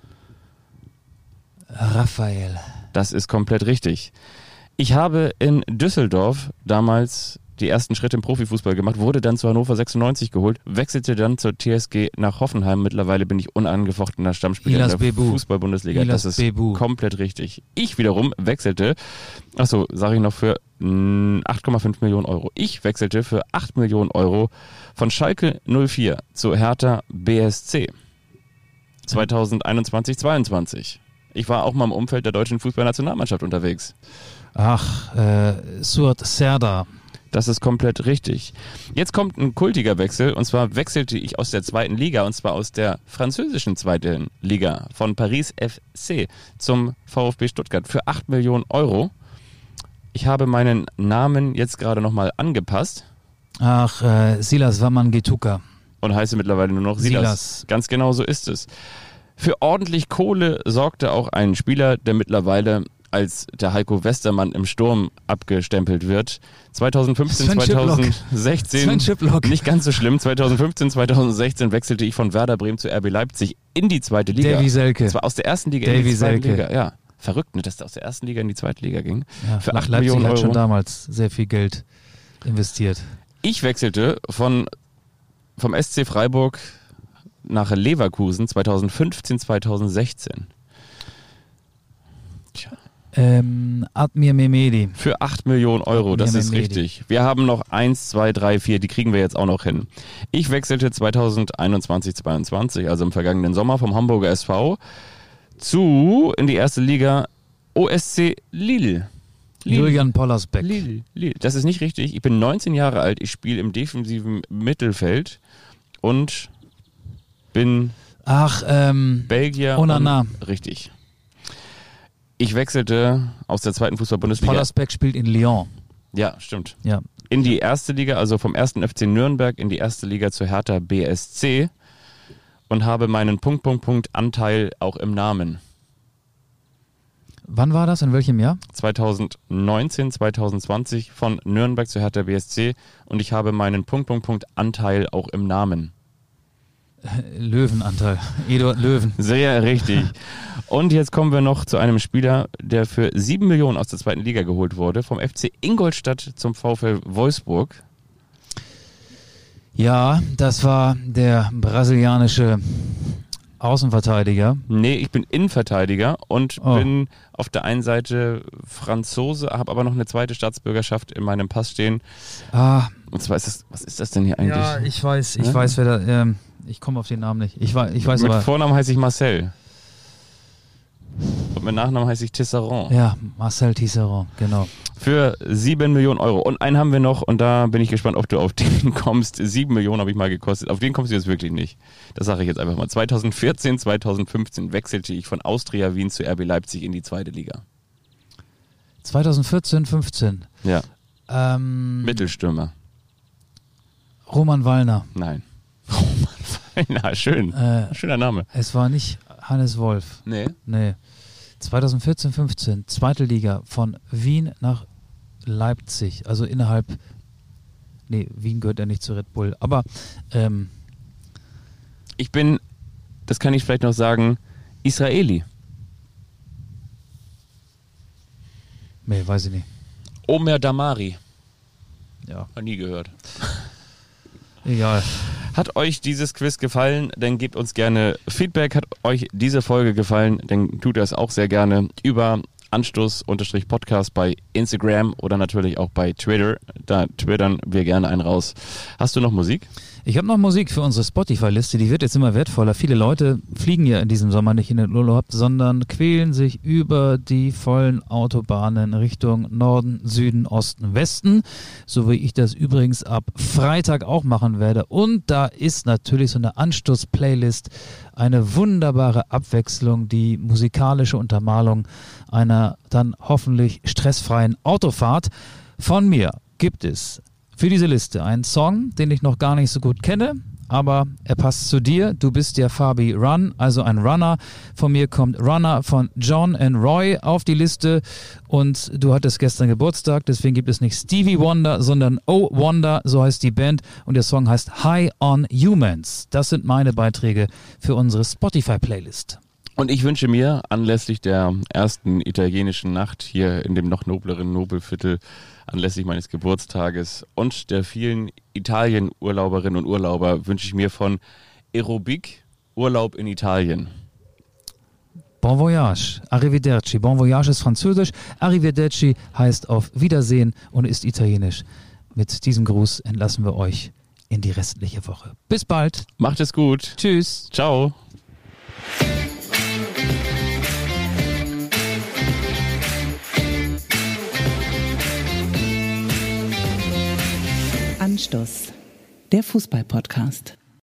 Raphael. Das ist komplett richtig. Ich habe in Düsseldorf damals die ersten Schritte im Profifußball gemacht, wurde dann zu Hannover sechsundneunzig geholt, wechselte dann zur T S G nach Hoffenheim. Mittlerweile bin ich unangefochtener Stammspieler Ilas in der Bebu. Fußball-Bundesliga. Ilas Das ist Bebu. komplett richtig. Ich wiederum wechselte, achso, sage ich noch, für mh, acht Komma fünf Millionen Euro. Ich wechselte für acht Millionen Euro von Schalke null vier zu Hertha B S C zweitausendeinundzwanzig, zweiundzwanzig. Ich war auch mal im Umfeld der deutschen Fußballnationalmannschaft unterwegs. Ach, äh, Suat Serdar. Das ist komplett richtig. Jetzt kommt ein kultiger Wechsel, und zwar wechselte ich aus der zweiten Liga, und zwar aus der französischen zweiten Liga von Paris F C zum VfB Stuttgart für acht Millionen Euro. Ich habe meinen Namen jetzt gerade nochmal angepasst. Ach, äh, Silas Wamangituka. Und heiße mittlerweile nur noch Silas. Silas. Ganz genau so ist es. Für ordentlich Kohle sorgte auch ein Spieler, der mittlerweile als der Heiko Westermann im Sturm abgestempelt wird. zweitausendfünfzehn, Sven Schiplock. zweitausendsechzehn, Sven Schiplock. nicht ganz so schlimm, zweitausendfünfzehn, zweitausendsechzehn wechselte ich von Werder Bremen zu R B Leipzig in die zweite Liga. Davy Selke. Das war aus der ersten Liga in Davy die zweite Selke. Liga. Ja, verrückt, ne, dass der aus der ersten Liga in die zweite Liga ging. Ja, für acht Leipzig Millionen hat Euro. schon damals sehr viel Geld investiert. Ich wechselte von, vom S C Freiburg nach Leverkusen zweitausendfünfzehn, zweitausendsechzehn. Tja. Ähm, Admir Mehmedi. Für acht Millionen Euro, das Admir ist Mehmedi. richtig. Wir haben noch eins, zwei, drei, vier, die kriegen wir jetzt auch noch hin. Ich wechselte zweitausendeinundzwanzig, zweiundzwanzig, also im vergangenen Sommer, vom Hamburger S V zu, in die erste Liga, O S C Lille. Lille. Julian Pollersbeck. Lille, Lille. Das ist nicht richtig. Ich bin neunzehn Jahre alt, ich spiele im defensiven Mittelfeld und bin Ach, ähm, Belgier. Onana. Und, richtig. Ich wechselte aus der zweiten Fußball-Bundesliga. Pollersbeck spielt in Lyon. Ja, stimmt. Ja. In die erste Liga, also vom ersten F C Nürnberg in die erste Liga zu Hertha B S C und habe meinen Punkt, Punkt, Punkt Anteil auch im Namen. Wann war das? In welchem Jahr? zwanzig neunzehn, zwanzig zwanzig von Nürnberg zu Hertha B S C und ich habe meinen Punkt, Punkt, Punkt Anteil auch im Namen. Löwenanteil. Eduard Löwen. Sehr richtig. Und jetzt kommen wir noch zu einem Spieler, der für sieben Millionen aus der zweiten Liga geholt wurde, vom F C Ingolstadt zum VfL Wolfsburg. Ja, das war der brasilianische Außenverteidiger. Nee, ich bin Innenverteidiger und Oh. bin auf der einen Seite Franzose, habe aber noch eine zweite Staatsbürgerschaft in meinem Pass stehen. Ah, Und zwar ist das, was ist das denn hier eigentlich? ja, ich weiß, ich Ja? weiß, wer da, ähm, ich komme auf den Namen nicht. Ich, weiß- ich weiß Mit aber, Vornamen heiße ich Marcel. Und mit Nachnamen heiße ich Tisserand. ja, Marcel Tisserand, genau. Für sieben Millionen Euro. Und einen haben wir noch und da bin ich gespannt, ob du auf den kommst. sieben Millionen habe ich mal gekostet. Auf den kommst du jetzt wirklich nicht. Das sage ich jetzt einfach mal. zwanzig vierzehn, zwanzig fünfzehn wechselte ich von Austria Wien zu R B Leipzig in die zweite Liga. zwanzig vierzehn, fünfzehn. Ja, Ähm, Mittelstürmer. Roman Wallner. Nein. Na, schön. Äh, Schöner Name. es war nicht Hannes Wolf. Nee. Nee. zwanzig vierzehn, fünfzehn, zweite Liga, von Wien nach Leipzig, also innerhalb, nee, Wien gehört ja nicht zu Red Bull, aber ähm, Ich bin, das kann ich vielleicht noch sagen, Israeli. nee, weiß ich nicht. Omer Damari. Ja, Noch nie gehört. egal. Hat euch dieses Quiz gefallen, dann gebt uns gerne Feedback. Hat euch diese Folge gefallen, dann tut ihr es auch sehr gerne über Anstoß-Podcast bei Instagram oder natürlich auch bei Twitter. Da twittern wir gerne einen raus. Hast du noch Musik? Ich habe noch Musik für unsere Spotify-Liste, die wird jetzt immer wertvoller. Viele Leute fliegen ja in diesem Sommer nicht in den Urlaub, sondern quälen sich über die vollen Autobahnen Richtung Norden, Süden, Osten, Westen, so wie ich das übrigens ab Freitag auch machen werde. Und da ist natürlich so eine Anstoß-Playlist eine wunderbare Abwechslung, die musikalische Untermalung einer dann hoffentlich stressfreien Autofahrt. Von mir gibt es für diese Liste einen Song, den ich noch gar nicht so gut kenne, aber er passt zu dir. Du bist ja Fabi Run, also ein Runner. Von mir kommt Runner von John and Roy auf die Liste und du hattest gestern Geburtstag, deswegen gibt es nicht Stevie Wonder, sondern Oh Wonder, so heißt die Band und der Song heißt High on Humans. Das sind meine Beiträge für unsere Spotify-Playlist. Und ich wünsche mir anlässlich der ersten italienischen Nacht hier in dem noch nobleren Nobelviertel, anlässlich meines Geburtstages und der vielen Italien-Urlauberinnen und Urlauber, wünsche ich mir von Aerobic Urlaub in Italien. Bon voyage, arrivederci. Bon voyage ist französisch, arrivederci heißt auf Wiedersehen und ist italienisch. Mit diesem Gruß entlassen wir euch in die restliche Woche. Bis bald. Macht es gut. Tschüss. Ciao. Anstoß, der Fußball-Podcast.